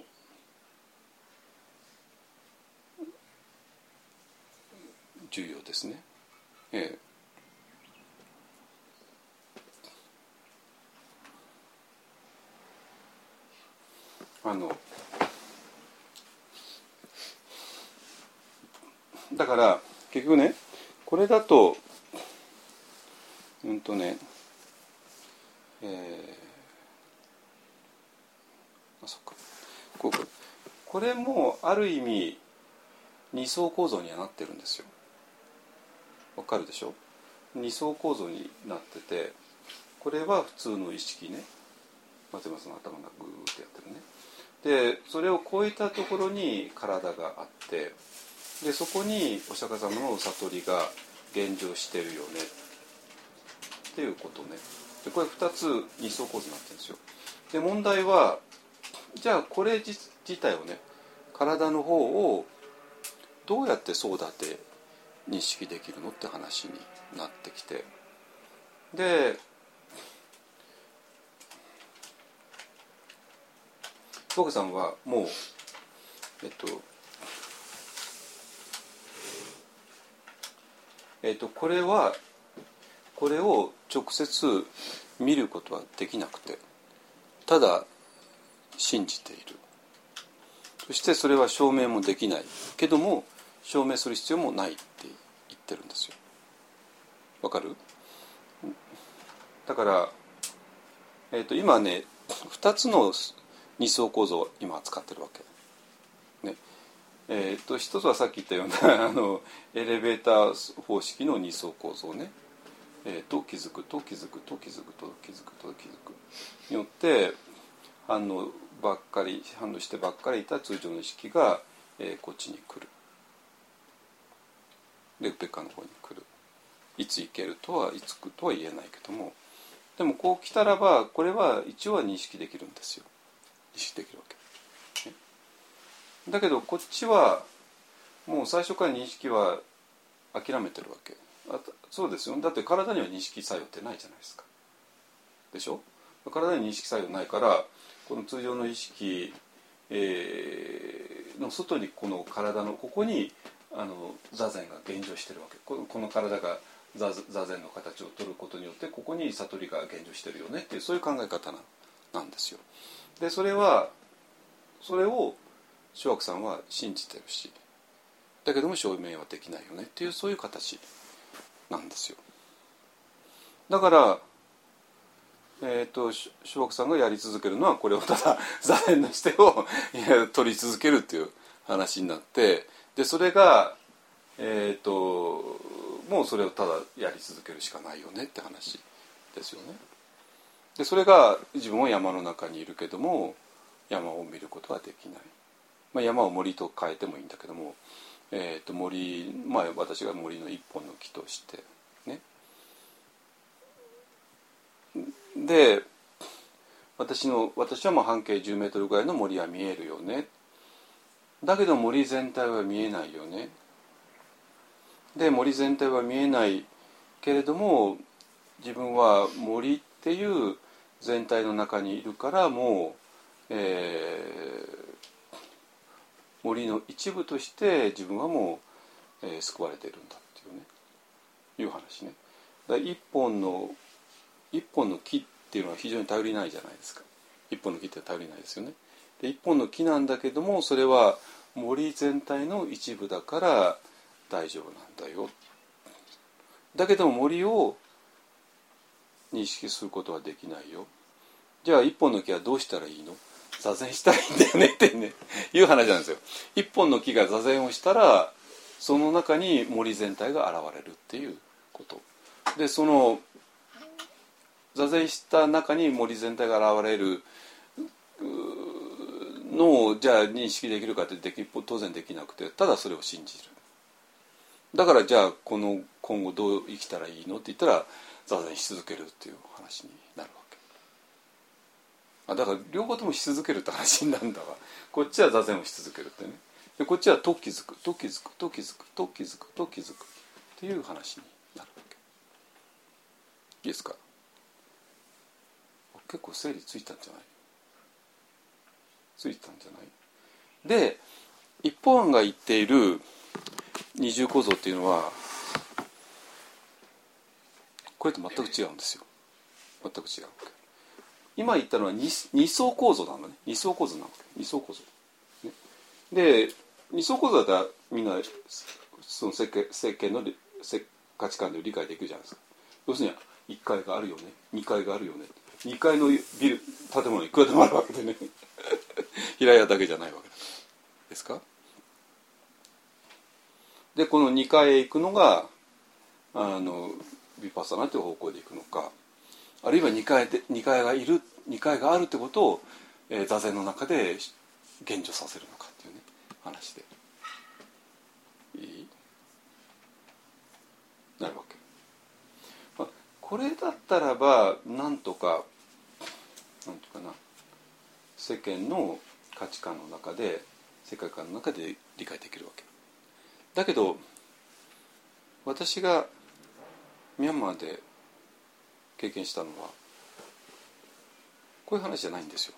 重要ですね。ええあのだから結局ね、これだとうんとね、えー、あそっかこうこれもある意味二層構造にはなってるんですよ。わかるでしょ。二層構造になってて、これは普通の意識ね、松山さんの頭がグーってやってるね。でそれを超えたところに体があって、でそこにお釈迦様の悟りが現状してるよねっていうことね。でこれふたつ二層構造になってるんですよ。で問題はじゃあこれ自体をね、体の方をどうやってそうだって認識できるのって話になってきて、で僕さんはもうえっとえっとこれはこれを直接見ることはできなくて、ただ信じている。そしてそれは証明もできないけども証明する必要もないって言ってるんですよ。わかる？だから、えーと、今ねふたつの二層構造を今使ってるわけ、ねえー、と一つはさっき言ったようなあのエレベーター方式の二層構造ね、えー、と気づくと気づくと気づくと気づくと気づくによって反応ばっかり反応してばっかりいた通常の意識が、えー、こっちに来る。でウペッカの方に来る。いつ行けるとはいつくとは言えないけども、でもこう来たらばこれは一応は認識できるんですよ。認識できるわけ、ね、だけどこっちはもう最初から認識は諦めてるわけ。あそうですよ。だって体には認識作用ってないじゃないですか。でしょ。体に認識作用ないからこの通常の意識、えー、の外にこの体のここにあの座禅が現状してるわけ。この、この体が座禅の形を取ることによってここに悟りが現状してるよねっていうそういう考え方な、なんですよ。でそれはそれを諸悪さんは信じてるし、だけども証明はできないよねっていうそういう形なんですよ。だからえー、と諸悪さんがやり続けるのはこれをただ座禅のしてを取り続けるっていう話になって、でそれが、えー、ともうそれをただやり続けるしかないよねって話ですよね。でそれが自分は山の中にいるけども山を見ることはできない、まあ、山を森と変えてもいいんだけども、えー、と森、まあ、私が森の一本の木としてね。で私の私はもう半径じゅうメートルぐらいの森は見えるよね。だけど森全体は見えないよね。で森全体は見えないけれども自分は森っていう全体の中にいるからもう、えー、森の一部として自分はもう、えー、救われているんだっていうねいう話ね。だから一本の一本の木っていうのは非常に頼りないじゃないですか。一本の木って頼りないですよね。で一本の木なんだけどもそれは森全体の一部だから大丈夫なんだよ。だけども森を認識することはできないよ。じゃあ一本の木はどうしたらいいの？座禅したらいいんだよねってねいう話なんですよ。一本の木が座禅をしたらその中に森全体が現れるっていうことで、その座禅した中に森全体が現れるのをじゃあ認識できるかってでき当然できなくて、ただそれを信じる。だからじゃあこの今後どう生きたらいいのって言ったら座禅し続けるっていう話になるわけ。あだから両方ともし続けるって話になるんだわ。こっちは座禅をし続けるってね。でこっちはと気づくと気づくと気づくと気づくと気づくっていう話になるわけ。いいですか？結構整理ついたんじゃない？ついたんじゃない？で一方案が言っている二重構造っていうのはこれと全く違うんですよ。全く違うわけ。今言ったのは 二, 二層構造なのね。二層構造なわけ。二層構造、ね、で二層構造だったらみんなその設計、設計の価値観で理解できるじゃないですか。要するにいっかいがあるよね、にかいがあるよね、にかいのビル建物いくらでもあるわけでね平屋だけじゃないわけですか。でこのにかいへ行くのがあのヴィパッサナという方向で行くのか、あるいはにかいでにかいがいるにかいがあるってことを、えー、座禅の中で現状させるのかっていうね話でいいなるわけ。まあ、これだったらばなんとかなんとかな世間の価値観の中で世界観の中で理解できるわけだけど、私がミャンマーで経験したのはこういう話じゃないんですよ。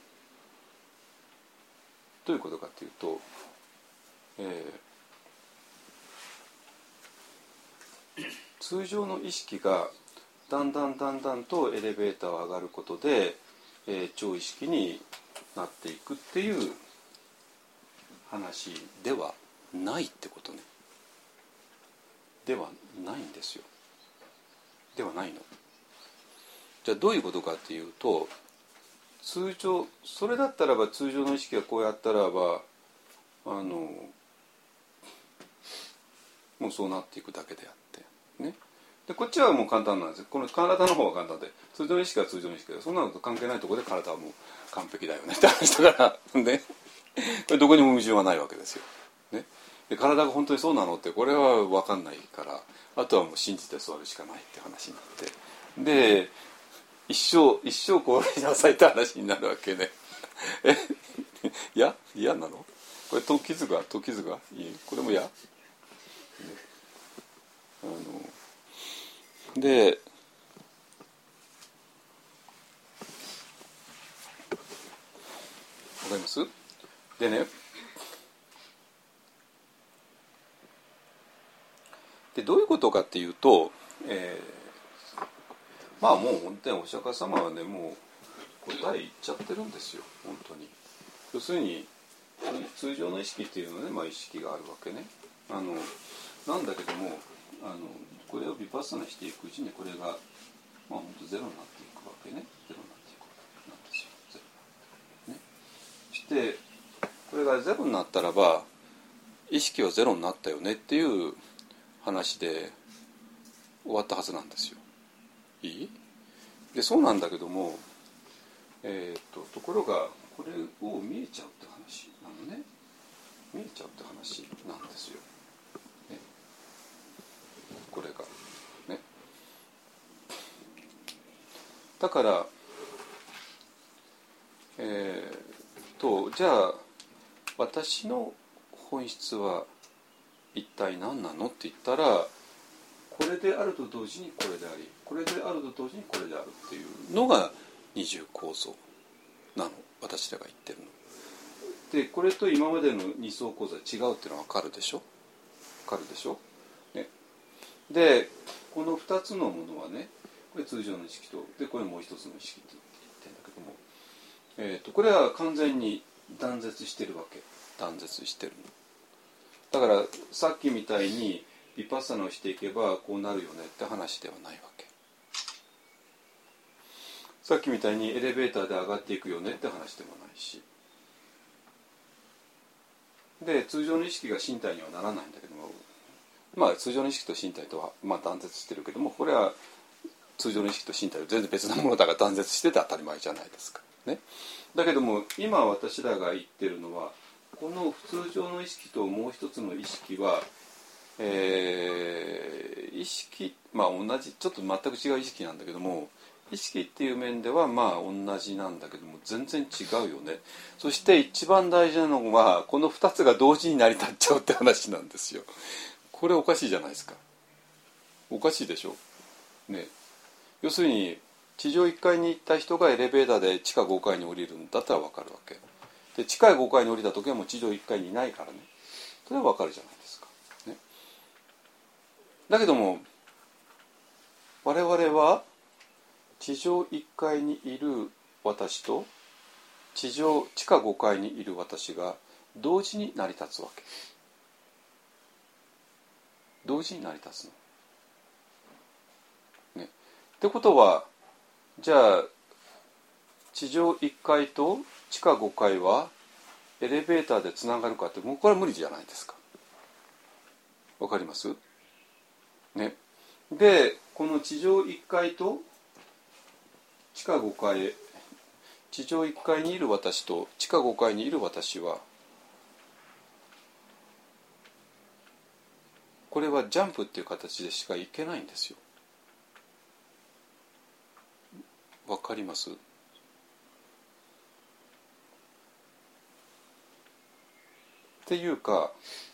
どういうことかというと、えー、通常の意識がだんだんだんだんとエレベーターを上がることで、えー、超意識になっていくっていう話ではないってことね。ではないんですよ。ではないの。じゃあどういうことかっていうと、通常それだったらば通常の意識がこうやったらばあのもうそうなっていくだけであってね。でこっちはもう簡単なんですよ。この体の方は簡単で、通常の意識は通常の意識で、そんなのと関係ないところで体はもう完璧だよねって話だからね。これどこにも矛盾はないわけですよ。ね。で体が本当にそうなのってこれは分かんないから、あとはもう信じて座るしかないって話になって、で一生一生こうしなさいって話になるわけね。え、いや嫌なの？これ時図が時図がいい？これも嫌？ね、あのでわかります？でね、でどういうことかっていうと、えー、まあもう本当にお釈迦様はねもう答え言っちゃってるんですよ本当に。要するに通常の意識っていうのはね、まあ、意識があるわけね。あのなんだけどもあのこれをヴィパッサナしていくうちにこれがまあ本当ゼロになっていくわけね。ゼロになっていくわけなんですよ。ゼロね。してこれがゼロになったらば意識はゼロになったよねっていう話で終わったはずなんですよ。いい？でそうなんだけども、えー、とところがこれを見えちゃうって話なのね。見えちゃうって話なんですよ。ね、これがね。だから、えー、とじゃあ私の本質は一体何なのって言ったら、これであると同時にこれであり、これであると同時にこれであるっていうのが二重構造なの。私らが言ってるので、これと今までの二層構造は違うっていうのは分かるでしょ。分かるでしょ、ね、でこのふたつのものはね、これ通常の意識とでこれもう一つの意識って言ってるんだけども、えー、とこれは完全に断絶してるわけ。断絶してるのだから、さっきみたいにヴィパッサナをしていけばこうなるよねって話ではないわけ。さっきみたいにエレベーターで上がっていくよねって話でもないし、で通常の意識が身体にはならないんだけども、まあ通常の意識と身体とはまあ断絶してるけども、これは通常の意識と身体は全然別なものだから断絶してて当たり前じゃないですか、ね、だけども今私らが言ってるのは、この通常の意識ともう一つの意識は、えー、意識まあ同じちょっと全く違う意識なんだけども、意識っていう面ではまあ同じなんだけども全然違うよね。そして一番大事なのはこのふたつが同時に成り立っちゃうって話なんですよ。これおかしいじゃないですか。おかしいでしょ、ね、要するに地上いっかいに行った人がエレベーターで地下ごかいに降りるんだったら分かるわけで、地下ごかいに降りた時はもう地上いっかいにいないからね、それは分かるじゃないですか、ね、だけども我々は地上いっかいにいる私と地上地下ごかいにいる私が同時に成り立つわけ。同時に成り立つの、ね、ってことはじゃあ地上いっかいと地下ごかいはエレベーターでつながるかって、もうこれは無理じゃないですか。わかります？ね。でこの地上いっかいと地下ごかい、地上いっかいにいる私と地下ごかいにいる私は、これはジャンプっていう形でしかいけないんですよ。わかります？っていうか、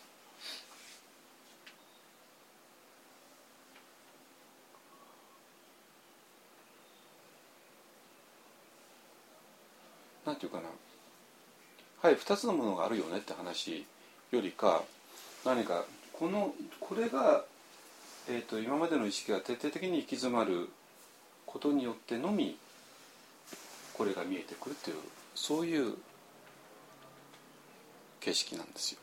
なんていうかな、はいふたつのものがあるよねって話よりか、何かこのこれが、えーと、今までの意識が徹底的に行き詰まることによってのみこれが見えてくるという、そういう景色なんですよ。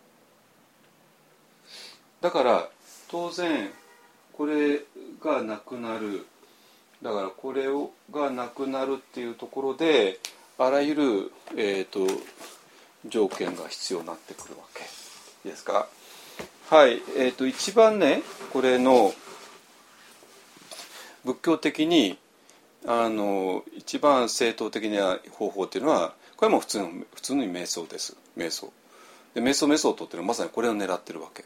だから当然これがなくなる、だからこれをがなくなるっていうところであらゆる、えーと、条件が必要になってくるわけですか。はい、えーと、一番ねこれの仏教的にあの一番正統的な方法っていうのは、これはもう普通の普通の瞑想です。瞑想で瞑想メソッドっていうのはまさにこれを狙ってるわけ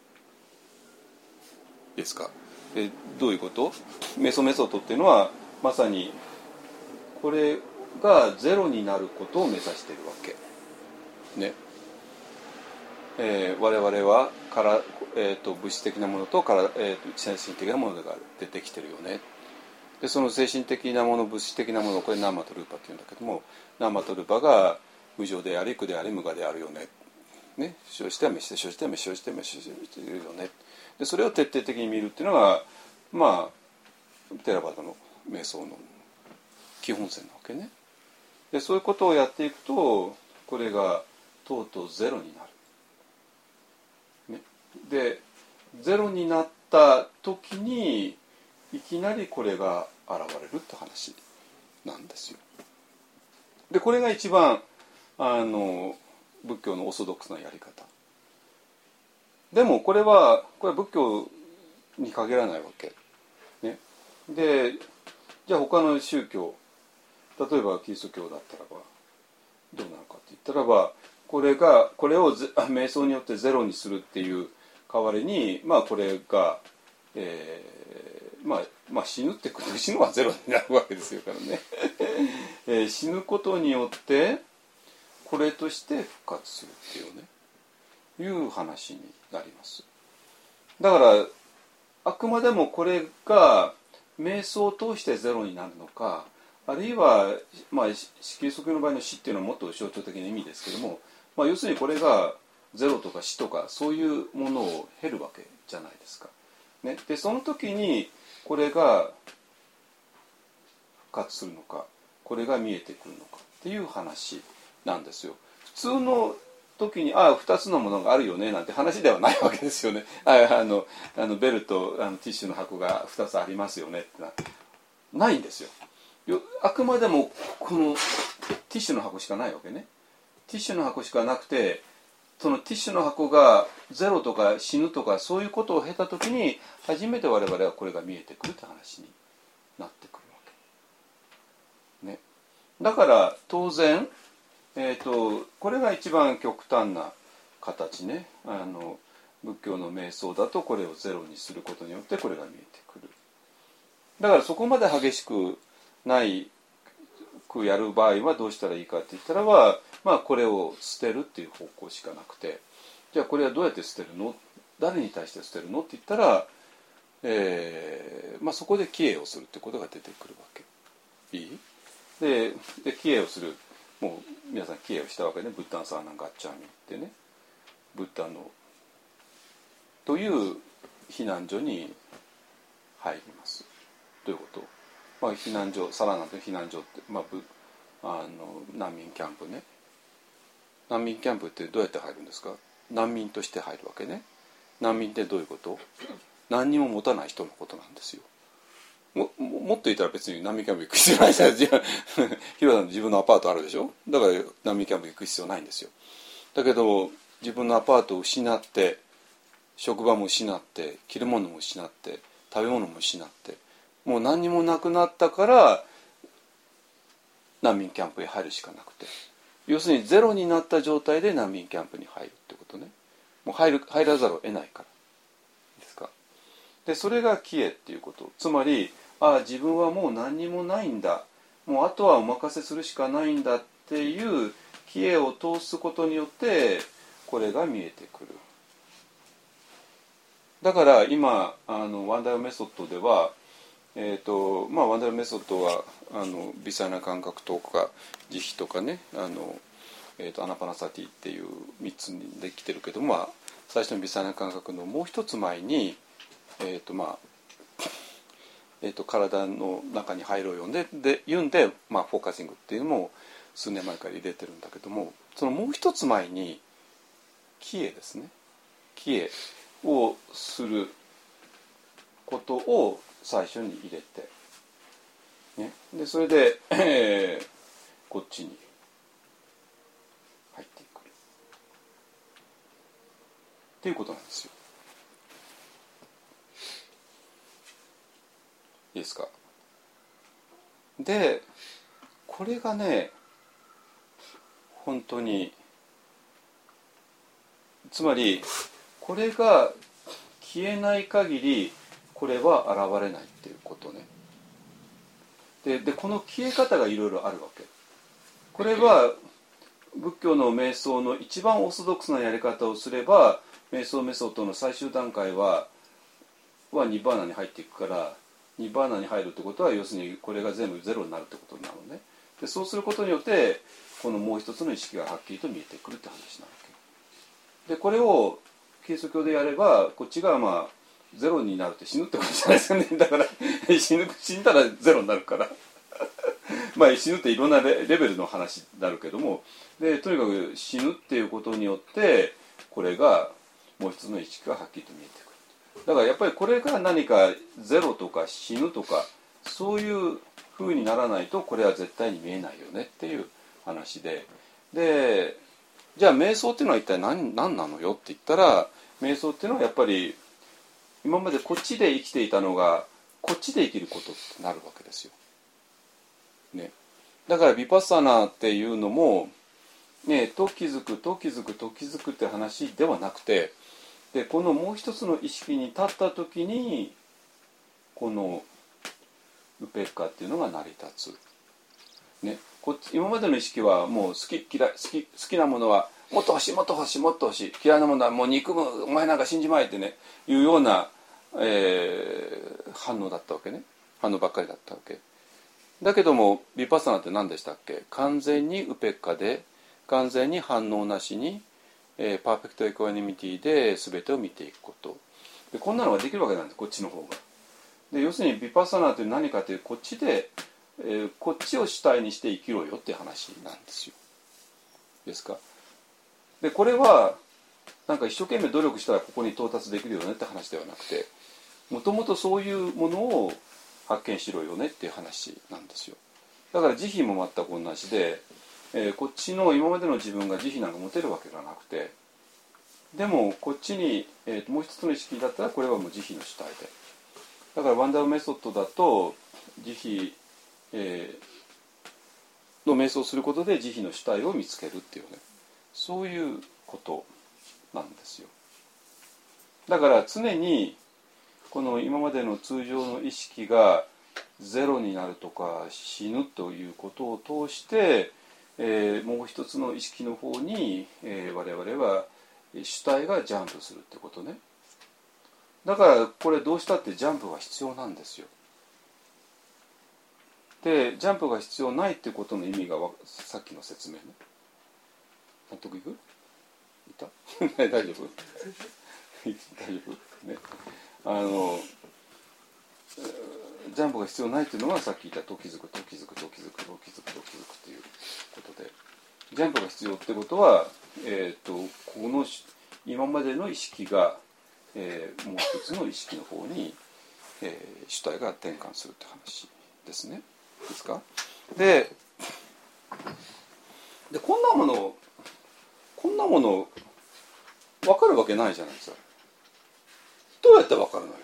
ですか。でどういうこと？瞑想メソッドっていうのはまさにこれがゼロになることを目指しているわけね。えー、我々はから、えー、と物質的なものとから、えー、と精神的なものが出てきてるよね。でその精神的なもの、物質的なもの、これナーマとルーパっていうんだけども、ナーマとルーパが無常であり苦であり無我であるよね。ね、生じては滅して、生じては滅、生じては滅しているよね。でそれを徹底的に見るっていうのがまあテラバダの瞑想の基本線なわけね。でそういうことをやっていくとこれがとうとうゼロになる、ね、でゼロになった時にいきなりこれが現れるって話なんですよ。でこれが一番あの仏教のオーソドックスなやり方でもこれはこれは仏教に限らないわけ、ね、でじゃあ他の宗教、例えばキリスト教だったらばどうなのかって言ったらば、これがこれを瞑想によってゼロにするっていう代わりに、まあこれが、えーまあ、まあ死ぬってこと、死ぬはゼロになるわけですよからね、えー、死ぬことによってこれとして復活するっていうねいう話になります。だからあくまでもこれが瞑想を通してゼロになるのか、あるいは、まあ、キリスト教の場合の死っていうのはもっと象徴的な意味ですけども、まあ、要するにこれがゼロとか死とかそういうものを経るわけじゃないですか、ね、でその時にこれが復活するのか、これが見えてくるのかっていう話なんですよ。普通の時にああふたつのものがあるよねなんて話ではないわけですよね。ああのあのベルとあのティッシュの箱がふたつありますよねってなないんですよ。あくまでもこのティッシュの箱しかないわけね。ティッシュの箱しかなくて、そのティッシュの箱がゼロとか死ぬとかそういうことを経た時に初めて我々はこれが見えてくるって話になってくるわけ、ね、だから当然、えーと、これが一番極端な形ね。あの仏教の瞑想だとこれをゼロにすることによってこれが見えてくる。だからそこまで激しくないくやる場合はどうしたらいいかって言ったらば、まあこれを捨てるっていう方向しかなくて、じゃあこれはどうやって捨てるの、誰に対して捨てるのって言ったら、えーまあ、そこで帰依をするってことが出てくるわけ。いい？で、で帰依をする、もう皆さん帰依をしたわけね。ブッダンサーナンガッチャーミってね、ブッダのという避難所に入ります。どういうこと？まあ、避難所、サラナという避難所って、まあ、あの難民キャンプね。難民キャンプってどうやって入るんですか？難民として入るわけね。難民ってどういうこと？何にも持たない人のことなんですよ。も, もっと言ったら別に難民キャンプ行く必要ないじゃん。ヒロさんの自分のアパートあるでしょ。だから難民キャンプ行く必要ないんですよ。だけど自分のアパートを失って、職場も失って、着るものも失って、食べ物も失って、もう何にもなくなったから難民キャンプへ入るしかなくて、要するにゼロになった状態で難民キャンプに入るってことね。もう入る入らざるを得ないからですか。でそれが帰依っていうこと。つまりああ自分はもう何にもないんだ、もうあとはお任せするしかないんだっていう帰依を通すことによってこれが見えてくる。だから今あのワンダイオメソッドではえーとまあ、ワンダーメソッドはあの微細な感覚とか慈悲とかね、あの、えーとアナパナサティっていうみっつにできてるけど、まあ、最初の微細な感覚のもう一つ前に、えーとまあえー、と体の中に入ろうよねで言うんで、まあ、フォーカシングっていうのも数年前から入れてるんだけども、そのもう一つ前に帰依ですね、帰依をすることを最初に入れて、ね、でそれで、えー、こっちに入っていくっていうことなんですよ。いいですか。でこれがね本当につまりこれが消えない限りこれは現れないっていうことね。で, でこの消え方がいろいろあるわけ。これは仏教の瞑想の一番オーソドックスなやり方をすれば、瞑想メソッドの最終段階ははニバーナに入っていくから、ニバーナに入るってことは要するにこれが全部ゼロになるってことになるのね。でそうすることによってこのもう一つの意識がはっきりと見えてくるって話なわけで、これをキリスト教でやればこっちがまあゼロになるって死ぬってことじゃないですよね。だから死ぬ死んだらゼロになるからまあ死ぬっていろんな レ, レベルの話になるけども、でとにかく死ぬっていうことによってこれがもう一つの意識がはっきりと見えてくる。だからやっぱりこれが何かゼロとか死ぬとかそういう風にならないとこれは絶対に見えないよねっていう話で、でじゃあ瞑想っていうのは一体 何, 何なのよって言ったら、瞑想っていうのはやっぱり今までこっちで生きていたのがこっちで生きることってなるわけですよ、ね、だからヴィパッサナーっていうのも、ね、と気づくと気づくと気づくって話ではなくて、でこのもう一つの意識に立った時にこのウペッカっていうのが成り立つ、ね、こっち今までの意識はもう好き嫌い好き好きなものはもっと欲しいもっと欲しいもっと欲しい、嫌いなものはもう憎むお前なんか死んじまえってねいうような、えー、反応だったわけね。反応ばっかりだったわけだけども、ヴィパッサナーって何でしたっけ。完全にウペッカで完全に反応なしに、えー、パーフェクトエクワニミティで全てを見ていくことで、こんなのができるわけなんです、こっちの方が。で要するにヴィパッサナーって何かというこっちで、えー、こっちを主体にして生きろよっていう話なんですよ。ですか。でこれはなんか一生懸命努力したらここに到達できるよねって話ではなくて、もともとそういうものを発見しろよねっていう話なんですよ。だから慈悲も全く同じで、えー、こっちの今までの自分が慈悲なんか持てるわけがなくて、でもこっちに、えー、もう一つの意識だったらこれはもう慈悲の主体で、だからワンダーメソッドだと慈悲、えー、の瞑想をすることで慈悲の主体を見つけるっていうね、そういうことなんですよ。だから常にこの今までの通常の意識がゼロになるとか死ぬということを通して、えー、もう一つの意識の方に、えー、我々は主体がジャンプするってことね。だからこれどうしたってジャンプは必要なんですよ。でジャンプが必要ないってことの意味がさっきの説明ね。納得いく？いた？大丈夫？大丈夫？ね。あのジャンプが必要ないっていうのはさっき言ったと気づくと気づくと気づくと気づくと気づくっていうことで、ジャンプが必要ってことは、えーと、この今までの意識が、えー、もう一つの意識の方に、えー、主体が転換するって話ですね。ですか？で、でこんなものこんなもの分かるわけないじゃないですか。どうやって分かるのよ。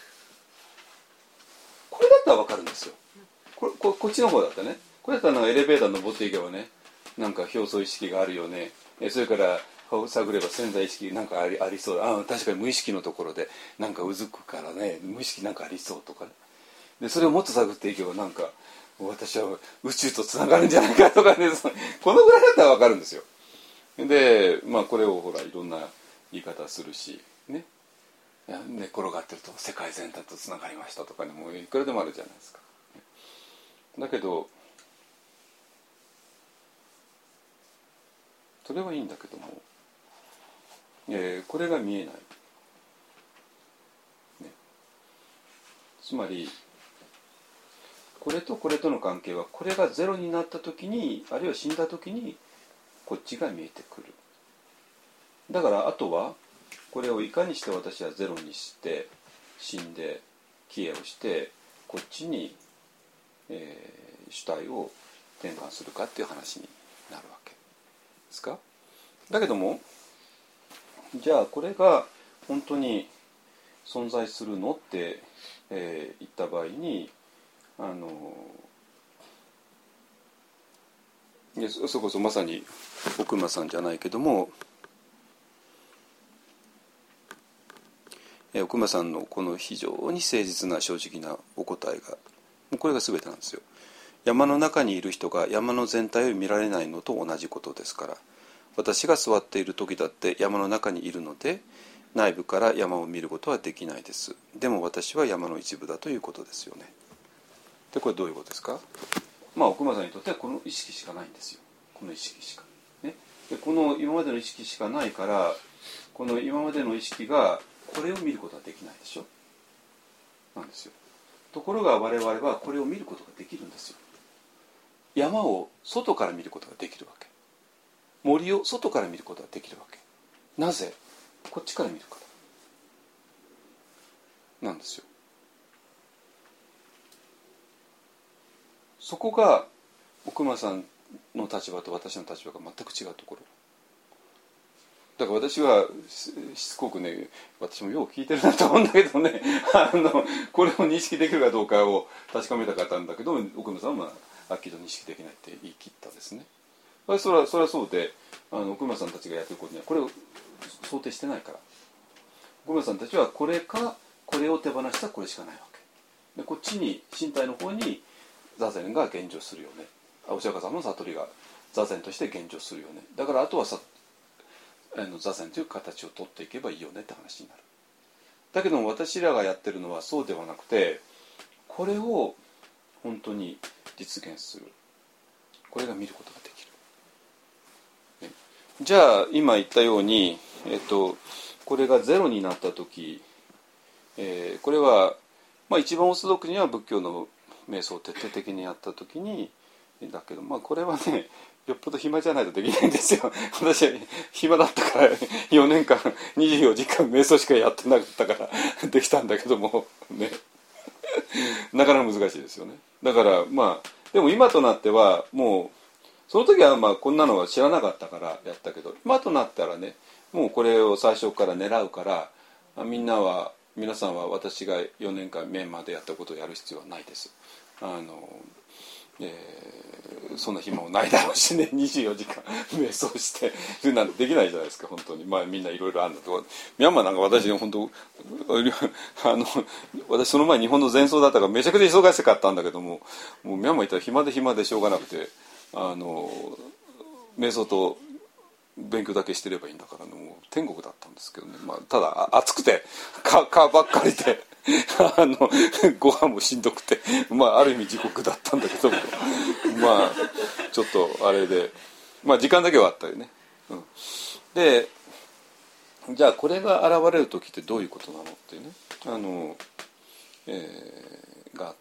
これだったら分かるんですよ。これ こ, こっちの方だったね。これだったらエレベーター登っていけばね、なんか表層意識があるよね。えそれから探れば潜在意識なんかあ り, ありそう。あ確かに無意識のところでなんかうずくからね、無意識なんかありそうとかね。でそれをもっと探っていけばなんか私は宇宙とつながるんじゃないかとかね、このぐらいだったら分かるんですよ。でまあこれをほらいろんな言い方するしね。寝転がってると世界全体とつながりましたとかね、もういくらでもあるじゃないですか。だけどそれはいいんだけども、えー、これが見えない、ね、つまり、 これとこれとの関係はこれがゼロになった時に、あるいは死んだ時にこっちが見えてくる。だからあとはこれをいかにして私はゼロにして死んで消えをしてこっちに、えー、主体を転換するかっていう話になるわけですか。だけどもじゃあこれが本当に存在するのって、えー、言った場合にあのいや そ, そこそまさに奥間さんじゃないけども、えー、奥間さんのこの非常に誠実な正直なお答えがこれが全てなんですよ。山の中にいる人が山の全体を見られないのと同じことですから、私が座っている時だって山の中にいるので内部から山を見ることはできないです。でも私は山の一部だということですよね。でこれどういうことですか。まあ奥間さんにとってはこの意識しかないんですよ。この意識しか、ね、でこの今までの意識しかないからこの今までの意識がこれを見ることはできないでしょなんですよ。ところが我々はこれを見ることができるんですよ。山を外から見ることができるわけ。森を外から見ることができるわけ。なぜ？こっちから見るからなんですよ。そこが奥間さんの立場と私の立場が全く違うところだから私はしつこくね、私もよう聞いてるなと思うんだけどねあのこれを認識できるかどうかを確かめたかったんだけど、奥間さんははっきりと認識できないって言い切ったですね。それはそれはそうで、あの奥間さんたちがやってることにはこれを想定してないから、奥間さんたちはこれかこれを手放したらこれしかないわけで、こっちに身体の方に座禅が現状するよね、お釈迦様の悟りが座禅として現状するよね、だからあとはさあの座禅という形を取っていけばいいよねって話になる。だけども私らがやってるのはそうではなくて、これを本当に実現する、これが見ることができる、ね、じゃあ今言ったように、えっと、これがゼロになった時、えー、これは、まあ、一番オーソドックスには仏教の瞑想を徹底的にやった時にだけど、まあこれはねよっぽど暇じゃないとできないんですよ。私は暇だったからよねんかんにじゅうよじかん瞑想しかやってなかったからできたんだけどもねなかなか難しいですよね。だからまあでも今となってはもうその時はまあこんなのは知らなかったからやったけど、今となったらねもうこれを最初から狙うから、みんなは皆さんは私がよねんかんミャンマーでやったことをやる必要はないです。あの、えー、そんな暇もないだろうしね、にじゅうよじかん瞑想してそれなんてできないじゃないですか本当に。まあみんないろいろあるんだと。ミャンマーなんか私本当あの私その前日本の禅僧だったからめちゃくちゃ忙しかったんだけども、もうミャンマー行ったら暇で暇でしょうがなくて、あの瞑想と勉強だけしてればいいんだから、ね、もう天国だったんですけどね、まあ、ただ暑くて蚊ばっかりであのご飯もしんどくて、まあ、ある意味地獄だったんだけどもまあちょっとあれで、まあ、時間だけはあったよね、うん、でじゃあこれが現れる時ってどういうことなのっていうね、あの、えー、があって、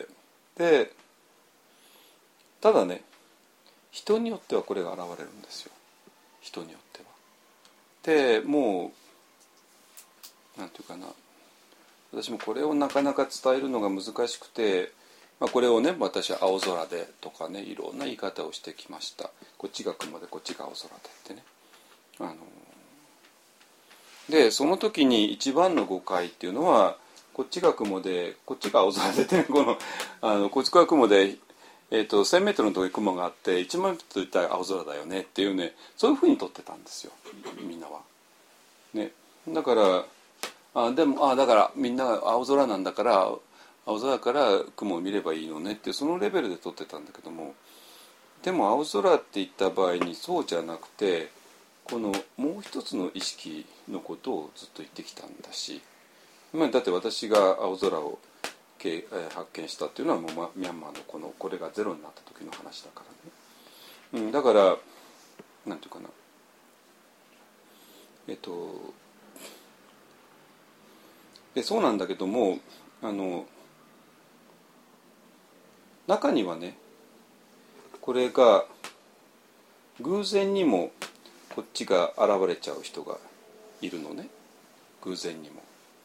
でただね人によってはこれが現れるんですよ。人によっては。でもうなんていうかな、私もこれをなかなか伝えるのが難しくて、まあ、これをね私は青空でとかねいろんな言い方をしてきました。こっちが雲でこっちが青空でってね、あのでその時に一番の誤解っていうのはこっちが雲でこっちが青空でってね、このあのこっちが雲でえー、とせんメートルのところに雲があっていちまんメートル行ったら青空だよねっていうね、そういうふうに撮ってたんですよみんなは、ね、だからあでもあだからみんなが青空なんだから青空から雲を見ればいいのねってそのレベルで撮ってたんだけども、でも青空って言った場合にそうじゃなくてこのもう一つの意識のことをずっと言ってきたんだし、まあ、だって私が青空を発見したっていうのはもうミャンマーのこのこれがゼロになった時の話だからね、うん、だからなんていうかなえっとでそうなんだけども、あの中にはねこれが偶然にもこっちが現れちゃう人がいるのね。偶然にも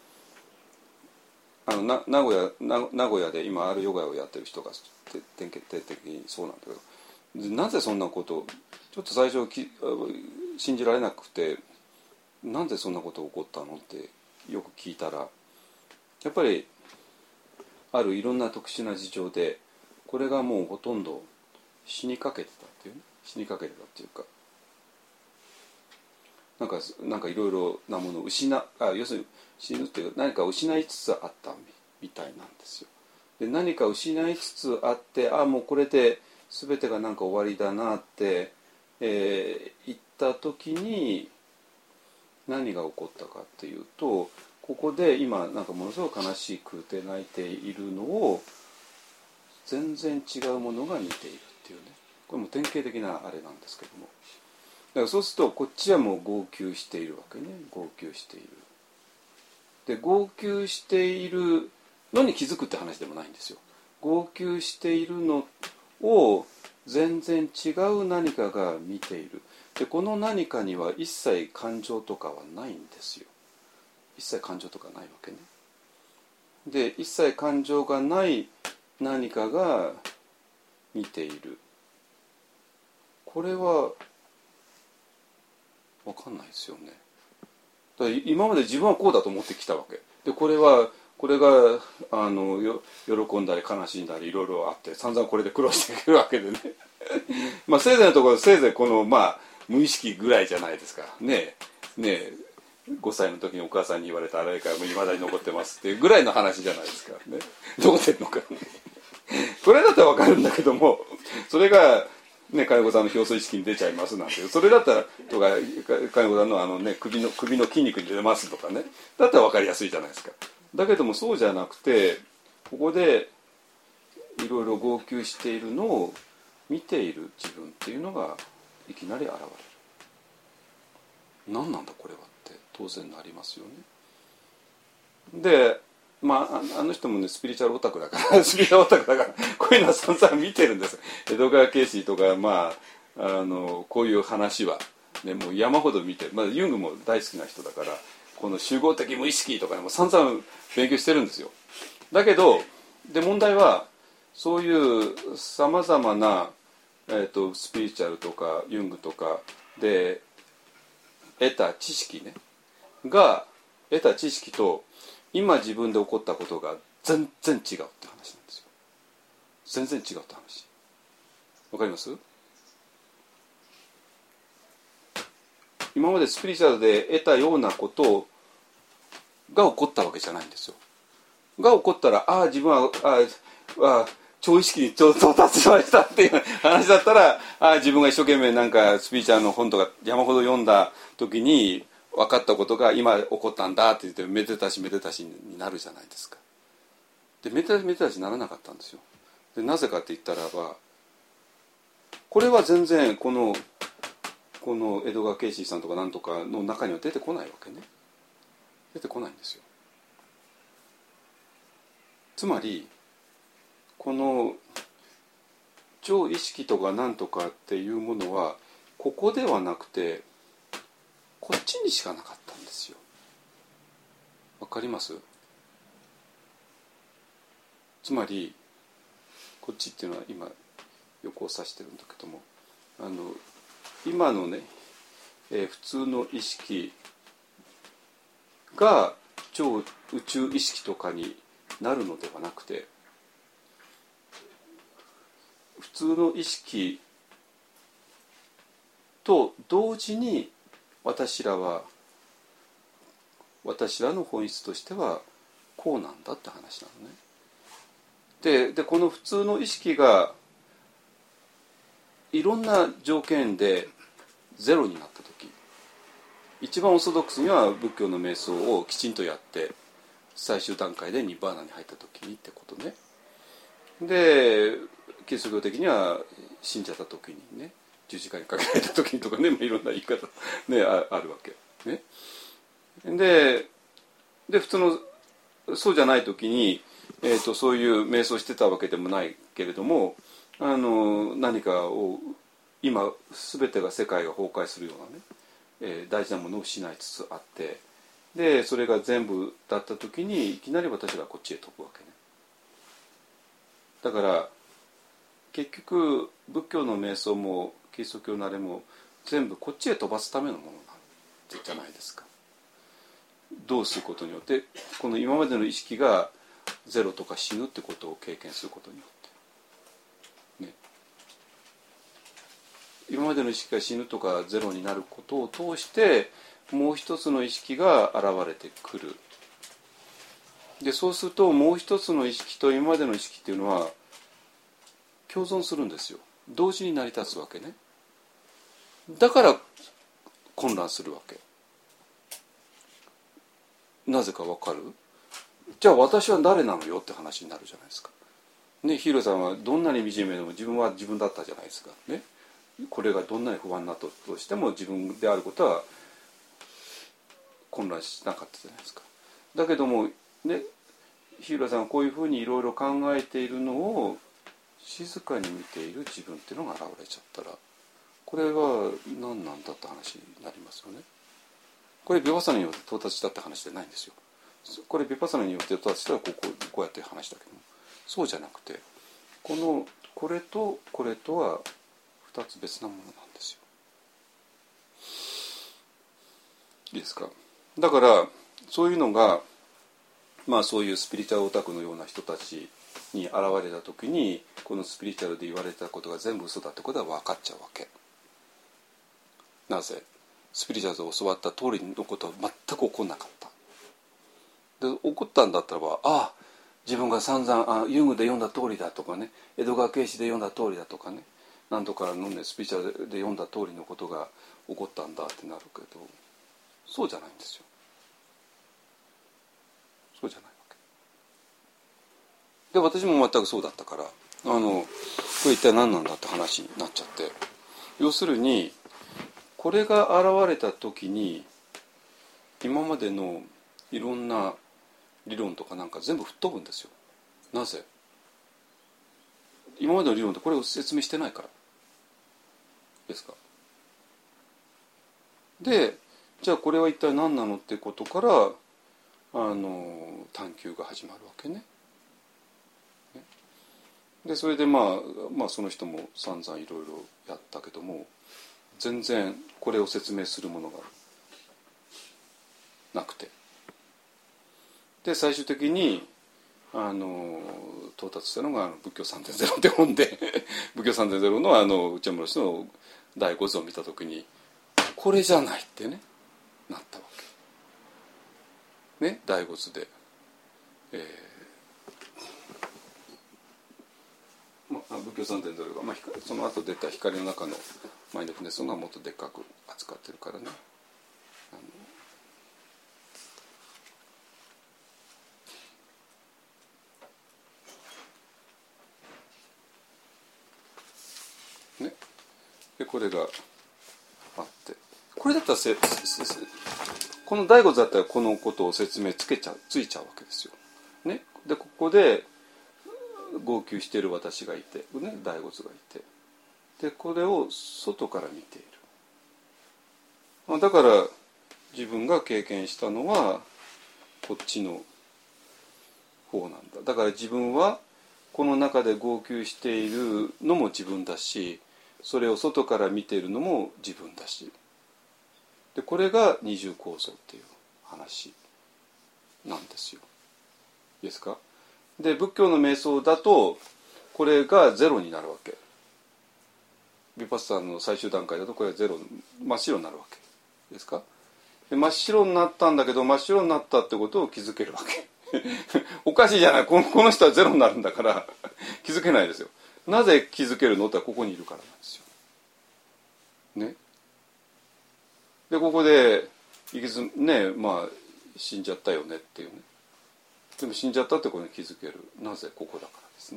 あのな名古屋な名古屋で今あるヨガをやってる人が典型的にそうなんだけど、なぜそんなことをちょっと最初き信じられなくて、なんでそんなこと起こったのってよく聞いたら、やっぱりあるいろんな特殊な事情でこれがもうほとんど死にかけてたっていうね、死にかけてたっていうか、なんかなんかいろいろなものを失あ要するに死ぬっていう何か失いつつあったみたいなんですよ。で何か失いつつあって、あもうこれで全てがなんか終わりだなって、えー、言った時に何が起こったかっていうと、ここで今なんかものすごく悲しくて泣いているのを全然違うものが見ているっていうね、これも典型的なあれなんですけども、だからそうするとこっちはもう号泣しているわけね。号泣している。で号泣しているのに気づくって話でもないんですよ。号泣しているのを全然違う何かが見ている。でこの何かには一切感情とかはないんですよ。一切感情とかないわけね。で一切感情がない何かが見ている。これは分かんないですよね。だから今まで自分はこうだと思ってきたわけで、これはこれがあのよ喜んだり悲しんだりいろいろあって散々これで苦労してくるわけでねまあせいぜいのところせいぜいこのまあ無意識ぐらいじゃないですかね。ねえごさいの時にお母さんに言われたあれからいまだに残ってますっていうぐらいの話じゃないですかね。どうしてんのかこれだったら分かるんだけども、それがね、金子さんの表層意識に出ちゃいますなんて、それだったらとか金子さんのあのね首の首の筋肉に出ますとかね、だったら分かりやすいじゃないですか。だけどもそうじゃなくて、ここでいろいろ号泣しているのを見ている自分っていうのがいきなり現れる。何なんだこれはって当然なりますよね。でまあ、あの人もねスピリチュアルオタクだからスピリチュアルオタクだからこういうのは散々見てるんです。江戸川慶子とか、まあ、あのこういう話は、ね、もう山ほど見てる、まあ、ユングも大好きな人だからこの集合的無意識とか、ね、もう散々勉強してるんですよ。だけどで問題はそういうさまざまな、えーと、スピリチュアルとかユングとかで得た知識ねが得た知識と今自分で起こったことが全然違うって話なんですよ。全然違うって話。わかります？今までスピリチュアルで得たようなことが起こったわけじゃないんですよ。が起こったら、ああ自分はああ超意識に到達しましたっていう話だったら、ああ自分が一生懸命なんかスピリチュアルの本とか山ほど読んだ時に分かったことが今起こったんだって言ってめでたしめでたしになるじゃないですか。でめでたしめでたしにならなかったんですよ。でなぜかって言ったらば、これは全然このこの江戸川慶子さんとかなんとかの中には出てこないわけね。出てこないんですよ。つまりこの超意識とかなんとかっていうものはここではなくてこっちにしかなかったんですよ。わかります？つまりこっちっていうのは今横を指してるんだけども、あの今のね、えー、普通の意識が超宇宙意識とかになるのではなくて、普通の意識と同時に私らは私らの本質としてはこうなんだって話なのね。で、でこの普通の意識がいろんな条件でゼロになった時、一番オーソドックスには仏教の瞑想をきちんとやって最終段階でニッバーナに入った時にってことね。でキリスト教的には死んじゃった時にね、十字架にかけられた時にとかね、いろんな言い方、ね、あ, あるわけ、ね、で, で普通のそうじゃない時にえー、とそういう瞑想してたわけでもないけれども、あの何かを今全てが世界が崩壊するようなね、えー、大事なものを失いつつあって、でそれが全部だった時にいきなり私がこっちへ飛ぶわけね。だから結局仏教の瞑想もキリスト教のあれも全部こっちへ飛ばすためのものなんじゃないですか。どうすることによってこの今までの意識がゼロとか死ぬってことを経験することによって、ね、今までの意識が死ぬとかゼロになることを通してもう一つの意識が現れてくる。でそうするともう一つの意識と今までの意識っていうのは共存するんですよ。同時に成り立つわけね。だから混乱するわけ。なぜかわかる？じゃあ私は誰なのよって話になるじゃないですか。ね、ヒーローさんはどんなに惨めでも自分は自分だったじゃないですか。ね、これがどんなに不安になったとしても自分であることは混乱しなかったじゃないですか。だけどもね、ヒーローさんはこういうふうにいろいろ考えているのを静かに見ている自分っていうのが現れちゃったら、これは何なんだって話になりますよね。これヴィパッサナによって到達したって話じゃないんですよ。これヴィパッサナによって到達したらこうこうこうやって話だけども、そうじゃなくてこのこれとこれとは二つ別なものなんですよ。いいですか。だからそういうのがまあそういうスピリチュアルオタクのような人たちに現れた時にこのスピリチュアルで言われたことが全部嘘だってことは分かっちゃうわけ。なぜ？スピリチュアルで教わった通りのことは全く起こんなかった。で起こったんだったらば、ああ自分が散々あユングで読んだ通りだとかね、江戸川慶史で読んだ通りだとかね、何とかのねスピリチュアルで読んだ通りのことが起こったんだってなるけど、そうじゃないんですよ。そうじゃないわけで、私も全くそうだったから、あのこれ一体何なんだって話になっちゃって、要するにこれが現れた時に今までのいろんな理論とかなんか全部吹っ飛ぶんですよ。なぜ？今までの理論ってこれを説明してないからですか。で、じゃあこれは一体何なのってことからあの探求が始まるわけね。でそれでまあまあその人も散々いろいろやったけども全然これを説明するものがなくて、で最終的にあの到達したのが「仏教 さんてんゼロ」って本で仏教 さんてんゼロ のあの内山氏のだいご図を見た時にこれじゃないってねなったわけね。だいご図で、えーまあ、仏教 さんてんゼロ が、まあ、その後出た光の中のマインドフルネスのがもっとでっかく扱ってるからね。あのね、でこれがあって、これだったらせこの第五図だったらこのことを説明つけちゃうついちゃうわけですよ。ね、でここで号泣している私がいて、ね、第五図がいて、でこれを外から見ている。だから自分が経験したのはこっちの方なんだ。だから自分はこの中で号泣しているのも自分だし、それを外から見ているのも自分だし、でこれが二重構造っていう話なんですよ。いいですか。で仏教の瞑想だとこれがゼロになるわけ。ヴィパッサナの最終段階だとこれはゼロ、真っ白になるわけですか。で真っ白になったんだけど真っ白になったってことを気づけるわけおかしいじゃない、この、この人はゼロになるんだから気づけないですよ。なぜ気づけるのってここにいるからなんですよ。ね。でここでいきずねまあ死んじゃったよねっていうね。でも死んじゃったってことに気づける。なぜここだからですね。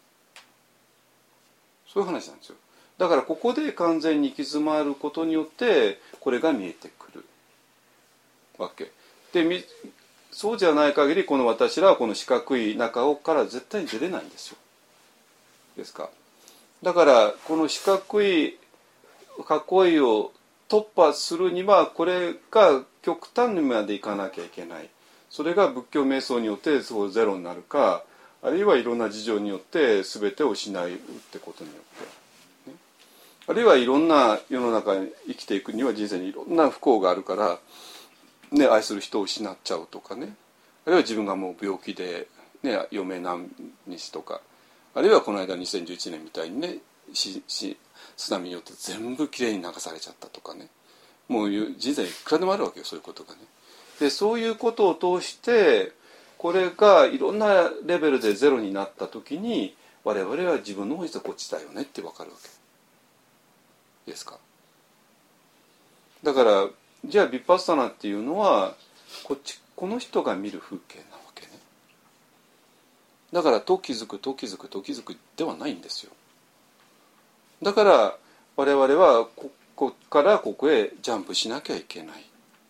そういう話なんですよ。だからここで完全に行き詰まることによってこれが見えてくるわけで、 そうじゃない限りこの私らはこの四角い中から絶対に出れないんですよ。ですか。だからこの四角い囲いを突破するにはこれが極端にまでいかなきゃいけない。それが仏教瞑想によってそうゼロになるか、あるいはいろんな事情によって全てを失うってことによって、ね、あるいはいろんな世の中に生きていくには人生にいろんな不幸があるから、ね、愛する人を失っちゃうとかね、あるいは自分がもう病気で、ね、余命何日とか、あるいはこの間にせんじゅういちねんみたいにねしし津波によって全部きれいに流されちゃったとかね、もう人生いくらでもあるわけよ、そういうことがね。でそういうことを通してこれがいろんなレベルでゼロになった時に我々は自分の本質はこっちだよねって分かるわけですか。だからじゃあヴィパッサナっていうのはこっちこの人が見る風景なわけね。だからと気づくと気づくと気づくではないんですよ。だから我々はここからここへジャンプしなきゃいけない、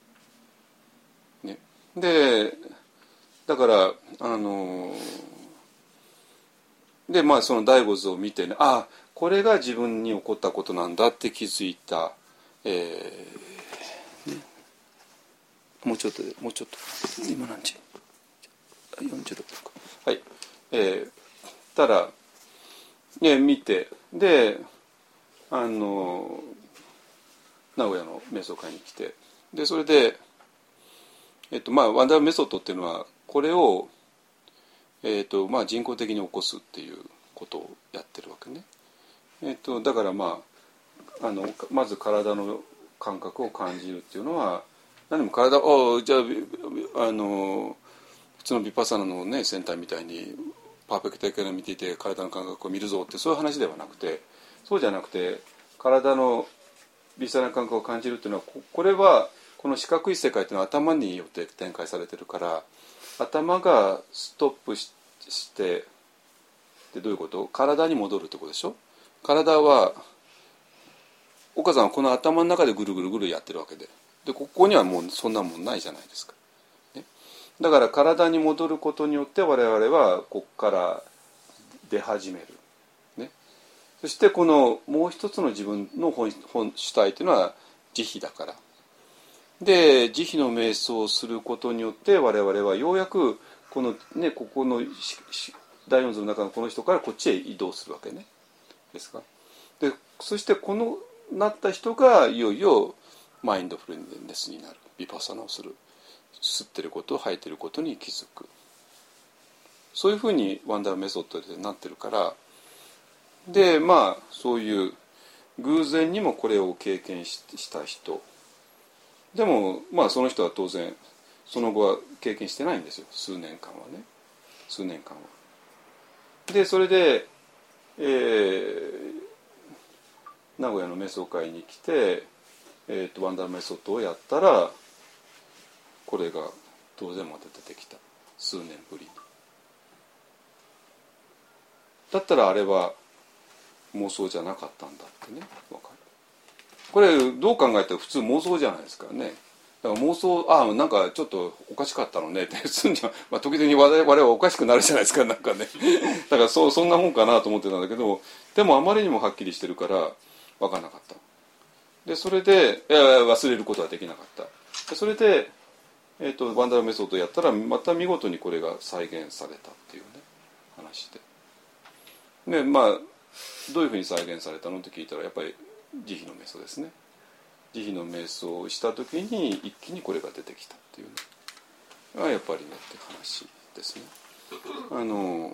ね、でだからあのでまあその第五図を見てね、ああこれが自分に起こったことなんだって気づいた、えーね、もうちょっとでもうちょっと今何時よんじゅうろっぷんか、はい、えー、たらね見て、であの名古屋の瞑想会に来て、でそれでえっとまあワンダーメソッドっていうのはこれを、えっとまあ、人工的に起こすっていうことをやってるわけね。えっとだからまああのまず体の感覚を感じるっていうのは何も体をじゃああの普通のヴィパッサナのねセンターみたいにパーフェクトから見ていて体の感覚を見るぞってそういう話ではなくて、そうじゃなくて体の微細な感覚を感じるっていうのは こ, これはこの四角い世界っていうのは頭によって展開されてるから、頭がストップ し, してでどういうこと？体に戻るってことでしょ。体は岡さんはこの頭の中でぐるぐるぐるやってるわけで、でここにはもうそんなもんないじゃないですか、ね、だから体に戻ることによって我々はここから出始める、ね、そしてこのもう一つの自分の 本, 本主体というのは慈悲だから、で慈悲の瞑想をすることによって我々はようやくこのねここの第四図の中のこの人からこっちへ移動するわけねですか。でそしてこのなった人がいよいよマインドフルネスになる、ヴィパッサナをする、吸ってること吐いてることに気づく、そういうふうにワンダーメソッドでなってるから、でまあそういう偶然にもこれを経験 し, した人でもまあその人は当然その後は経験してないんですよ、数年間はね数年間は。でそれで、えー、名古屋の瞑想会に来て、えー、とワンダーメソッドをやったらこれが当然また出てきた、数年ぶりに。だったらあれは妄想じゃなかったんだってね分かる。これどう考えたら普通妄想じゃないですかね。だから妄想ああなんかちょっとおかしかったのねって普通には、まあ、時々我々はおかしくなるじゃないですかなんかねだからそうそんなもんかなと思ってたんだけど、でもあまりにもはっきりしてるから分からなかった。でそれでいや忘れることはできなかった。でそれで、えーと、ワンダーメソッドをやったらまた見事にこれが再現されたっていうね話で、でまあどういうふうに再現されたのって聞いたらやっぱり慈悲の瞑想ですね。慈悲の瞑想をした時に一気にこれが出てきたっていうのがやっぱりねって話ですね。あの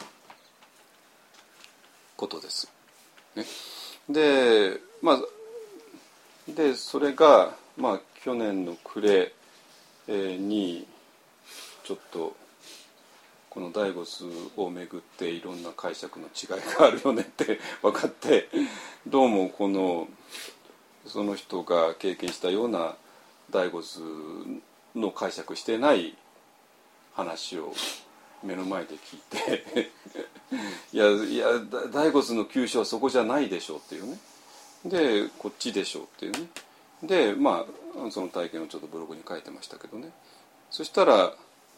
ことです。ね、でまあでそれがまあ去年の暮れ、えー、にちょっとこの第五図をめぐっていろんな解釈の違いがあるよねって分かって、どうもこのその人が経験したような第五図の解釈してない話を目の前で聞いていやいや第五図の急所はそこじゃないでしょうっていうね、でこっちでしょうっていうね、でまあその体験をちょっとブログに書いてましたけどね。そしたら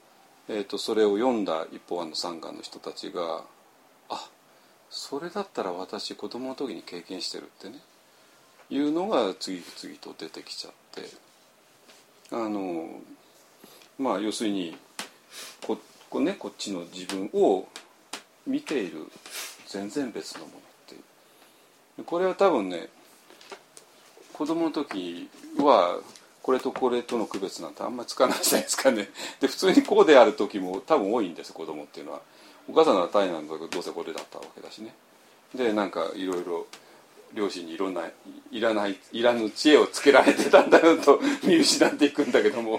えー、とそれを読んだ一方案の三眼の人たちが、あ、それだったら私子供の時に経験してるってねいうのが次々と出てきちゃって、あのまあ要するに こ, こ, ね、こっちの自分を見ている全然別のものっていう、これは多分ね子供の時はこれとこれとの区別なんてあんまりつかないじゃないですかね。で普通にこうである時も多分多いんです子供っていうのは。お母さんならタイなんだけどどうせこれだったわけだしね。でなんかいろいろ両親にいろんないらないいらぬ知恵をつけられてたんだよと見失っていくんだけども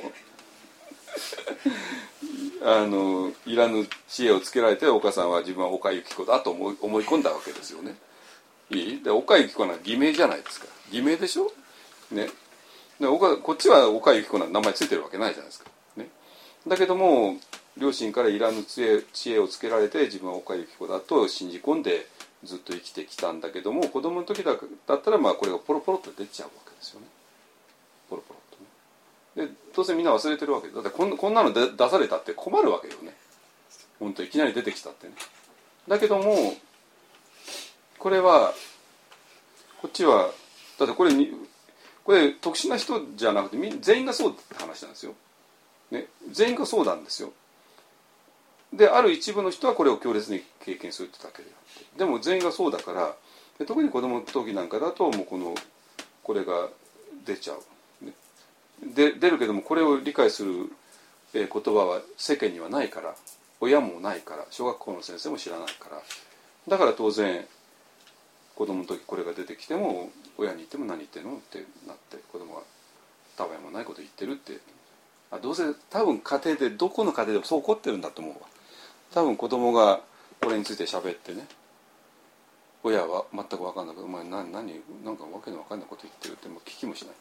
あのいらぬ知恵をつけられてお母さんは自分は岡由紀子だと思い、思い込んだわけですよね。いいで岡由紀子は偽名じゃないですか。偽名でしょ、ね、で岡こっちは岡由紀子なんて名前ついてるわけないじゃないですか、ね、だけども両親からいらぬ知恵、知恵をつけられて自分は岡由紀子だと信じ込んでずっと生きてきたんだけども、子供の時だったらまあこれがポロポロっと出ちゃうわけですよね。ポロポロっとね。で当然みんな忘れてるわけで、だってこんこんなので出されたって困るわけよね。本当いきなり出てきたってね。だけどもこれはこっちはだってこれにこれ特殊な人じゃなくて全員がそうって話なんですよ、ね、全員がそうなんですよ。である一部の人はこれを強烈に経験するってだけであって、でも全員がそうだから、で特に子供の時なんかだともうこのこれが出ちゃう、ね、で出るけどもこれを理解する、えー、言葉は世間にはないから、親もないから、小学校の先生も知らないから、だから当然子供の時これが出てきても親に言っても何言ってんのってなって子供はたわいもないこと言ってるって、あどうせ多分家庭でどこの家庭でもそう起こってるんだと思うわ。多分子供がこれについて喋ってね、親は全く分かんないけど、お前何何なんかわけの分かんないこと言ってるってもう聞きもしないから、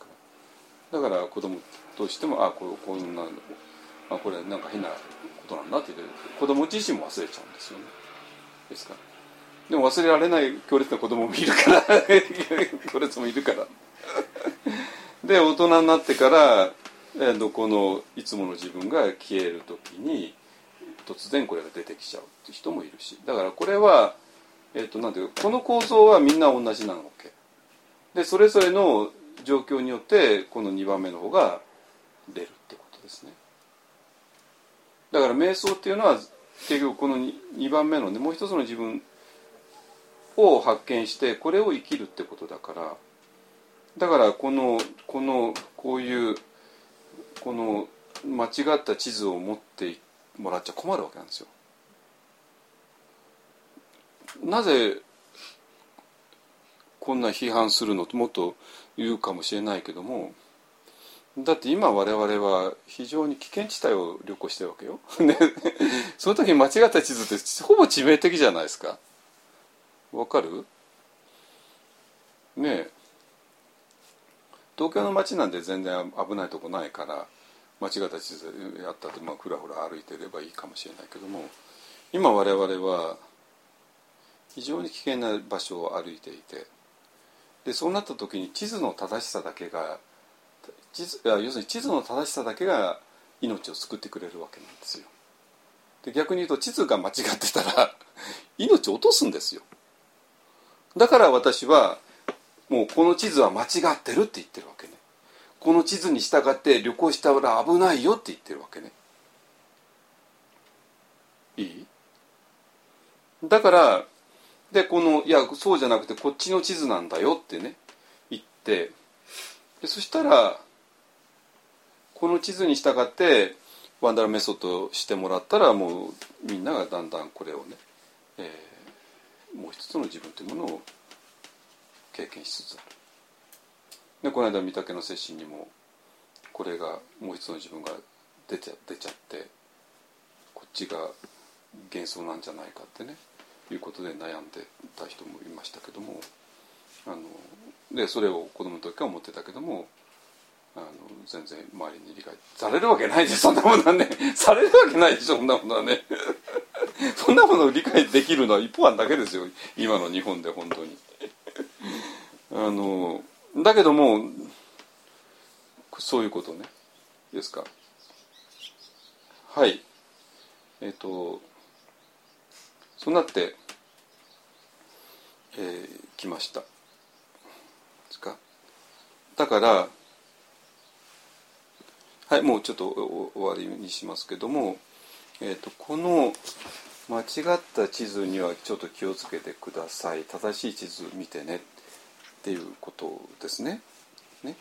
だから子供としてもあこうこんなあこれなんか変なことなんだって言って子供自身も忘れちゃうんですよね。ですからでも忘れられない強烈な子供もいるから強烈もいるからで大人になってから、えー、このいつもの自分が消える時に突然これが出てきちゃうって人もいるし、だからこれは、えー、となんていうかこの構造はみんな同じなわけで、それぞれの状況によってこのにばんめの方が出るってことですね。だから瞑想っていうのは結局この 2, にばんめのねもう一つの自分を発見してこれを生きるってことだから、だからこのこのこういうこの間違った地図を持ってもらっちゃ困るわけなんですよ。なぜこんな批判するのともっと言うかもしれないけども、だって今我々は非常に危険地帯を旅行してるわけよ、ね、その時に間違った地図ってほぼ致命的じゃないですか。わかる？ねえ東京の街なんて全然危ないとこないから間違った地図やったってまあふらふら歩いてればいいかもしれないけども、今我々は非常に危険な場所を歩いていて、でそうなった時に地図の正しさだけが地図要するに地図の正しさだけが命を救ってくれるわけなんですよ。で逆に言うと地図が間違ってたら命を落とすんですよ。だから私はもうこの地図は間違ってるって言ってるわけね。この地図に従って旅行したら危ないよって言ってるわけね。いい？だからでこのいやそうじゃなくてこっちの地図なんだよってね言って、でそしたらこの地図に従ってワンダラメソッドしてもらったらもうみんながだんだんこれをね、えー、もう一つの自分というものを経験しつつある。でこの間御嶽の摂心にもこれがもう一つの自分が出ちゃ、出ちゃってこっちが幻想なんじゃないかってねいうことで悩んでた人もいましたけども、あのでそれを子供の時から思ってたけども、あの全然周りに理解されるわけないでしょ、そんなものはねされるわけないでしょ、そんなものはねそんなものを理解できるのは一方案だけですよ今の日本で本当にあのだけどもそういうことねですか。はいえっとそうなってえー、来ましたですか。だからはい、もうちょっと終わりにしますけども、えーと、この間違った地図にはちょっと気をつけてください。正しい地図見てねっていうことですね。ね。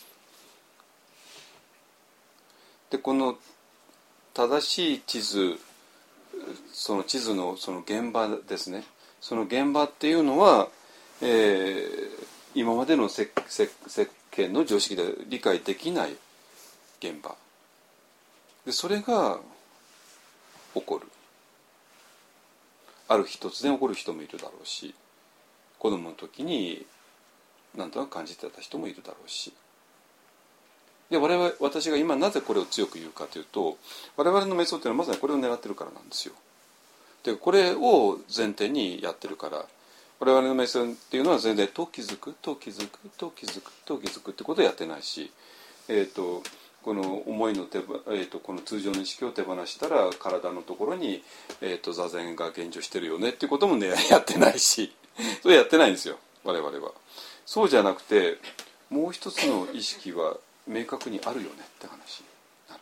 でこの正しい地図、その地図のその現場ですね。その現場っていうのは、えー、今までの世間の常識で理解できない現場で、それが起こる。ある日突然起こる人もいるだろうし、子供の時に何となく感じてた人もいるだろうし、で我々私が今なぜこれを強く言うかというと、我々の瞑想っていうのはまさにこれを狙ってるからなんですよ。でこれを前提にやってるから、我々の瞑想っていうのは全然と気づくと気づくと気づくと気づくってことをやってないし、えーとこの思いの手、えー、とこの通常の意識を手放したら体のところに、えー、と座禅が現状してるよねっていうことも、ね、やってないし、それやってないんですよ我々は。そうじゃなくて、もう一つの意識は明確にあるよねって話になるわ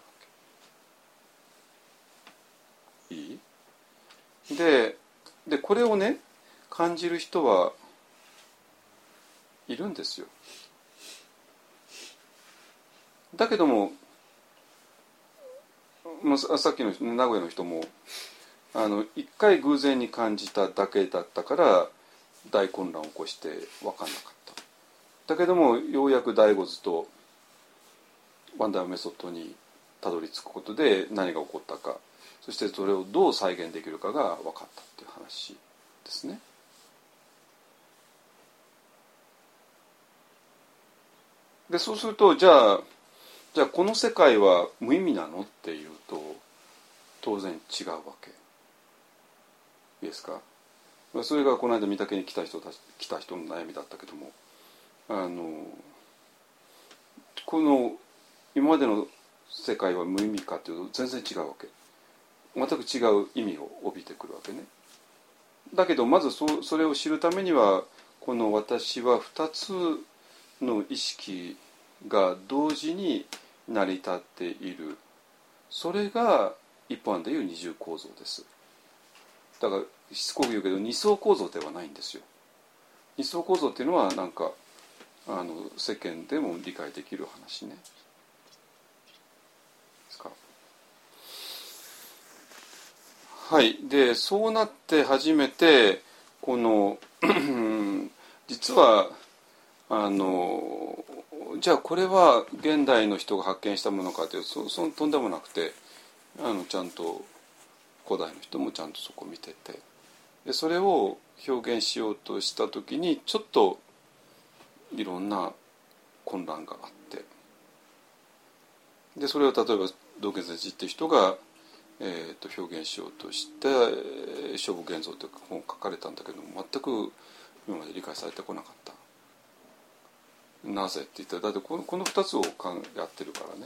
け。いい？で、でこれをね感じる人はいるんですよ。だけども、まあ、さっきの名古屋の人もあの一回偶然に感じただけだったから大混乱を起こして分かんなかった。だけどもようやく第五図とワンダーメソッドにたどり着くことで何が起こったか、そしてそれをどう再現できるかが分かったっていう話ですね。でそうするとじゃあじゃあこの世界は無意味なのっていうと当然違うわけ。いいですか。それがこの間御嶽に来た人たち来た人の悩みだったけども、あのこの今までの世界は無意味かというと全然違うわけ。全く違う意味を帯びてくるわけね。だけどまず そ, それを知るためには、この私はふたつの意識が同時に成り立っている、それが一般でいう二重構造です。だからしつこく言うけど二層構造ではないんですよ。二層構造っていうのはなんかあの世間でも理解できる話ね。ですか。はい。でそうなって初めてこの実はあのじゃあこれは現代の人が発見したものかというと そ, そのとんでもなくて、あのちゃんと古代の人もちゃんとそこを見てて、でそれを表現しようとした時にちょっといろんな混乱があって、でそれを例えば道元禅師っていう人が、えー、と表現しようとして「勝負現像」という本を書かれたんだけども、全く今まで理解されてこなかった。なぜって言ったら、だってこの、このふたつをやってるからね。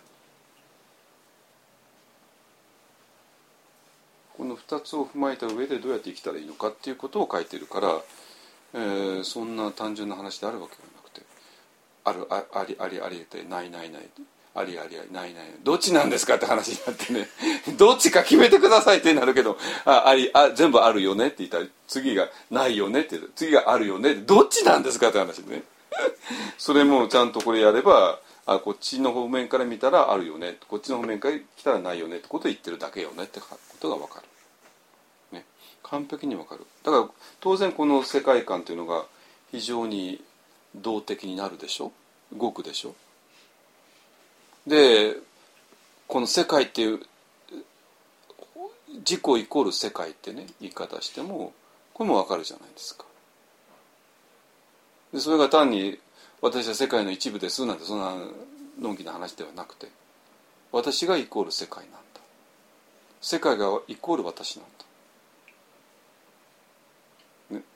このふたつを踏まえた上でどうやって生きたらいいのかっていうことを書いてるから、えー、そんな単純な話であるわけがなくて、あるあありありありでないないないありありありないないどっちなんですかって話になってねどっちか決めてくださいってなるけど、あありあ全部あるよねって言ったら次がないよねって次があるよねってどっちなんですかって話でねそれもちゃんとこれやれば、あこっちの方面から見たらあるよね、こっちの方面から来たらないよねってことを言ってるだけよねってことが分かる、ね、完璧に分かる。だから当然この世界観というのが非常に動的になるでしょ、動くでしょ。でこの世界っていう自己イコール世界ってね言い方してもこれも分かるじゃないですか。でそれが単に私は世界の一部ですなんてそんなのんきな話ではなくて、私がイコール世界なんだ、世界がイコール私なんだ、ね、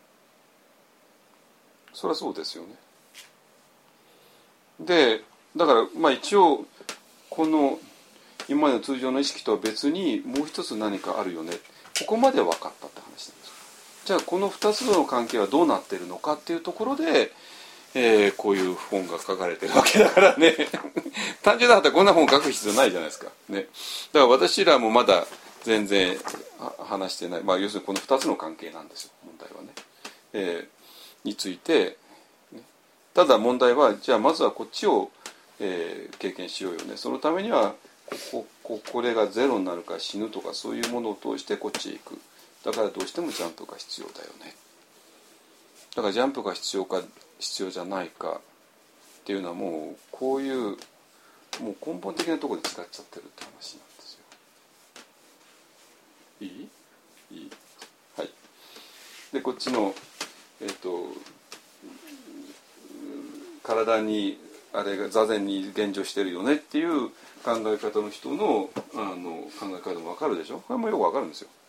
そりゃそうですよね。でだからまあ一応この今までの通常の意識とは別にもう一つ何かあるよね、ここまで分かったって話なんです。じゃあこのふたつの関係はどうなっているのかっていうところで、えー、こういう本が書かれてるわけだからね単純だったらこんな本書く必要ないじゃないですか、ね、だから私らもまだ全然話してない、まあ、要するにこのふたつの関係なんですよ、問題はね、えー、について、ね、ただ問題はじゃあまずはこっちを、えー、経験しようよね。そのためにはこここれがゼロになるか死ぬとかそういうものを通してこっちへ行く。だからどうしてもジャンプが必要だよね。だからジャンプが必要か必要じゃないかっていうのはもうこういうもう根本的なところで使っちゃってるって話なんですよ。いい？いい？はい。でこっちのえっと体にあれが座禅に現状してるよねっていう考え方の人のあの考え方も分かるでしょ。これもよく分かるんですよ。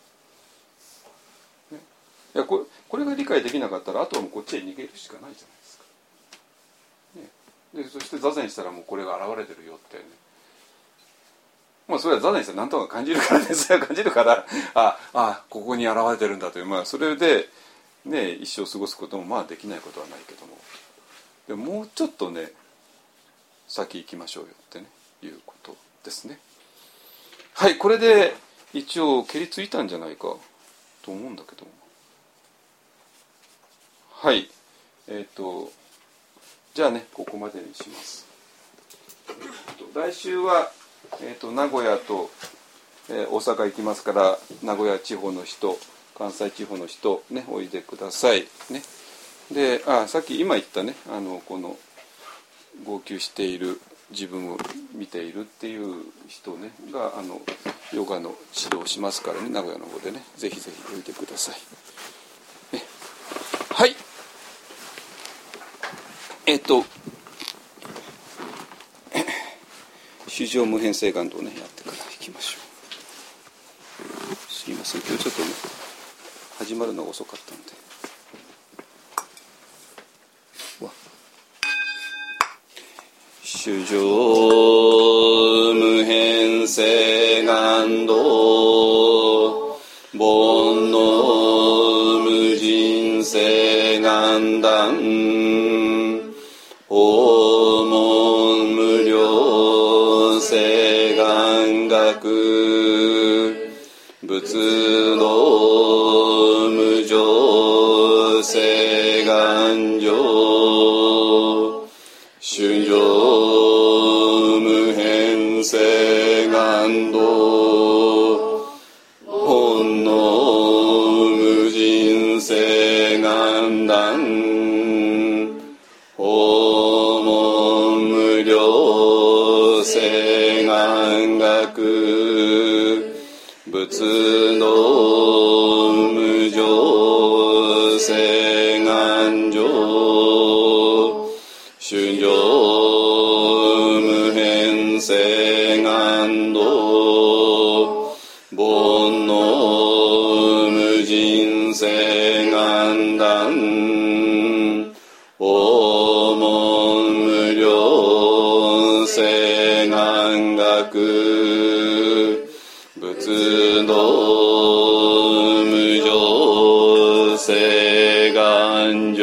いや こ, これが理解できなかったらあとはもうこっちへ逃げるしかないじゃないですか、ね、でそして座禅したらもうこれが現れてるよってね、まあそれは座禅したら何とか感じるからねそれは感じるからああここに現れてるんだという、まあそれでね一生過ごすこともまあできないことはないけども、でももうちょっとね先行きましょうよってねいうことですね。はい、これで一応蹴りついたんじゃないかと思うんだけども、はい、えっとじゃあねここまでにします。えっと、来週は、えっと、名古屋と、えー、大阪行きますから名古屋地方の人関西地方の人ねおいでくださいね。であさっき今言ったねあのこの号泣している自分を見ているっていう人ねがあのヨガの指導をしますからね名古屋の方でねぜひぜひおいでください、ね、はいえっと衆生無変性願道をねやってから行きましょう。すいません今日ちょっとね始まるのが遅かったので衆生無変性願道煩悩無尽性願断訪問無量性願学仏道無常性願上衆生無変性願道煩悩無尽性願断訪問無量性願学仏道無常性願上衆生無変性願道煩悩無尽性願断訪問無量性願学仏道無常性願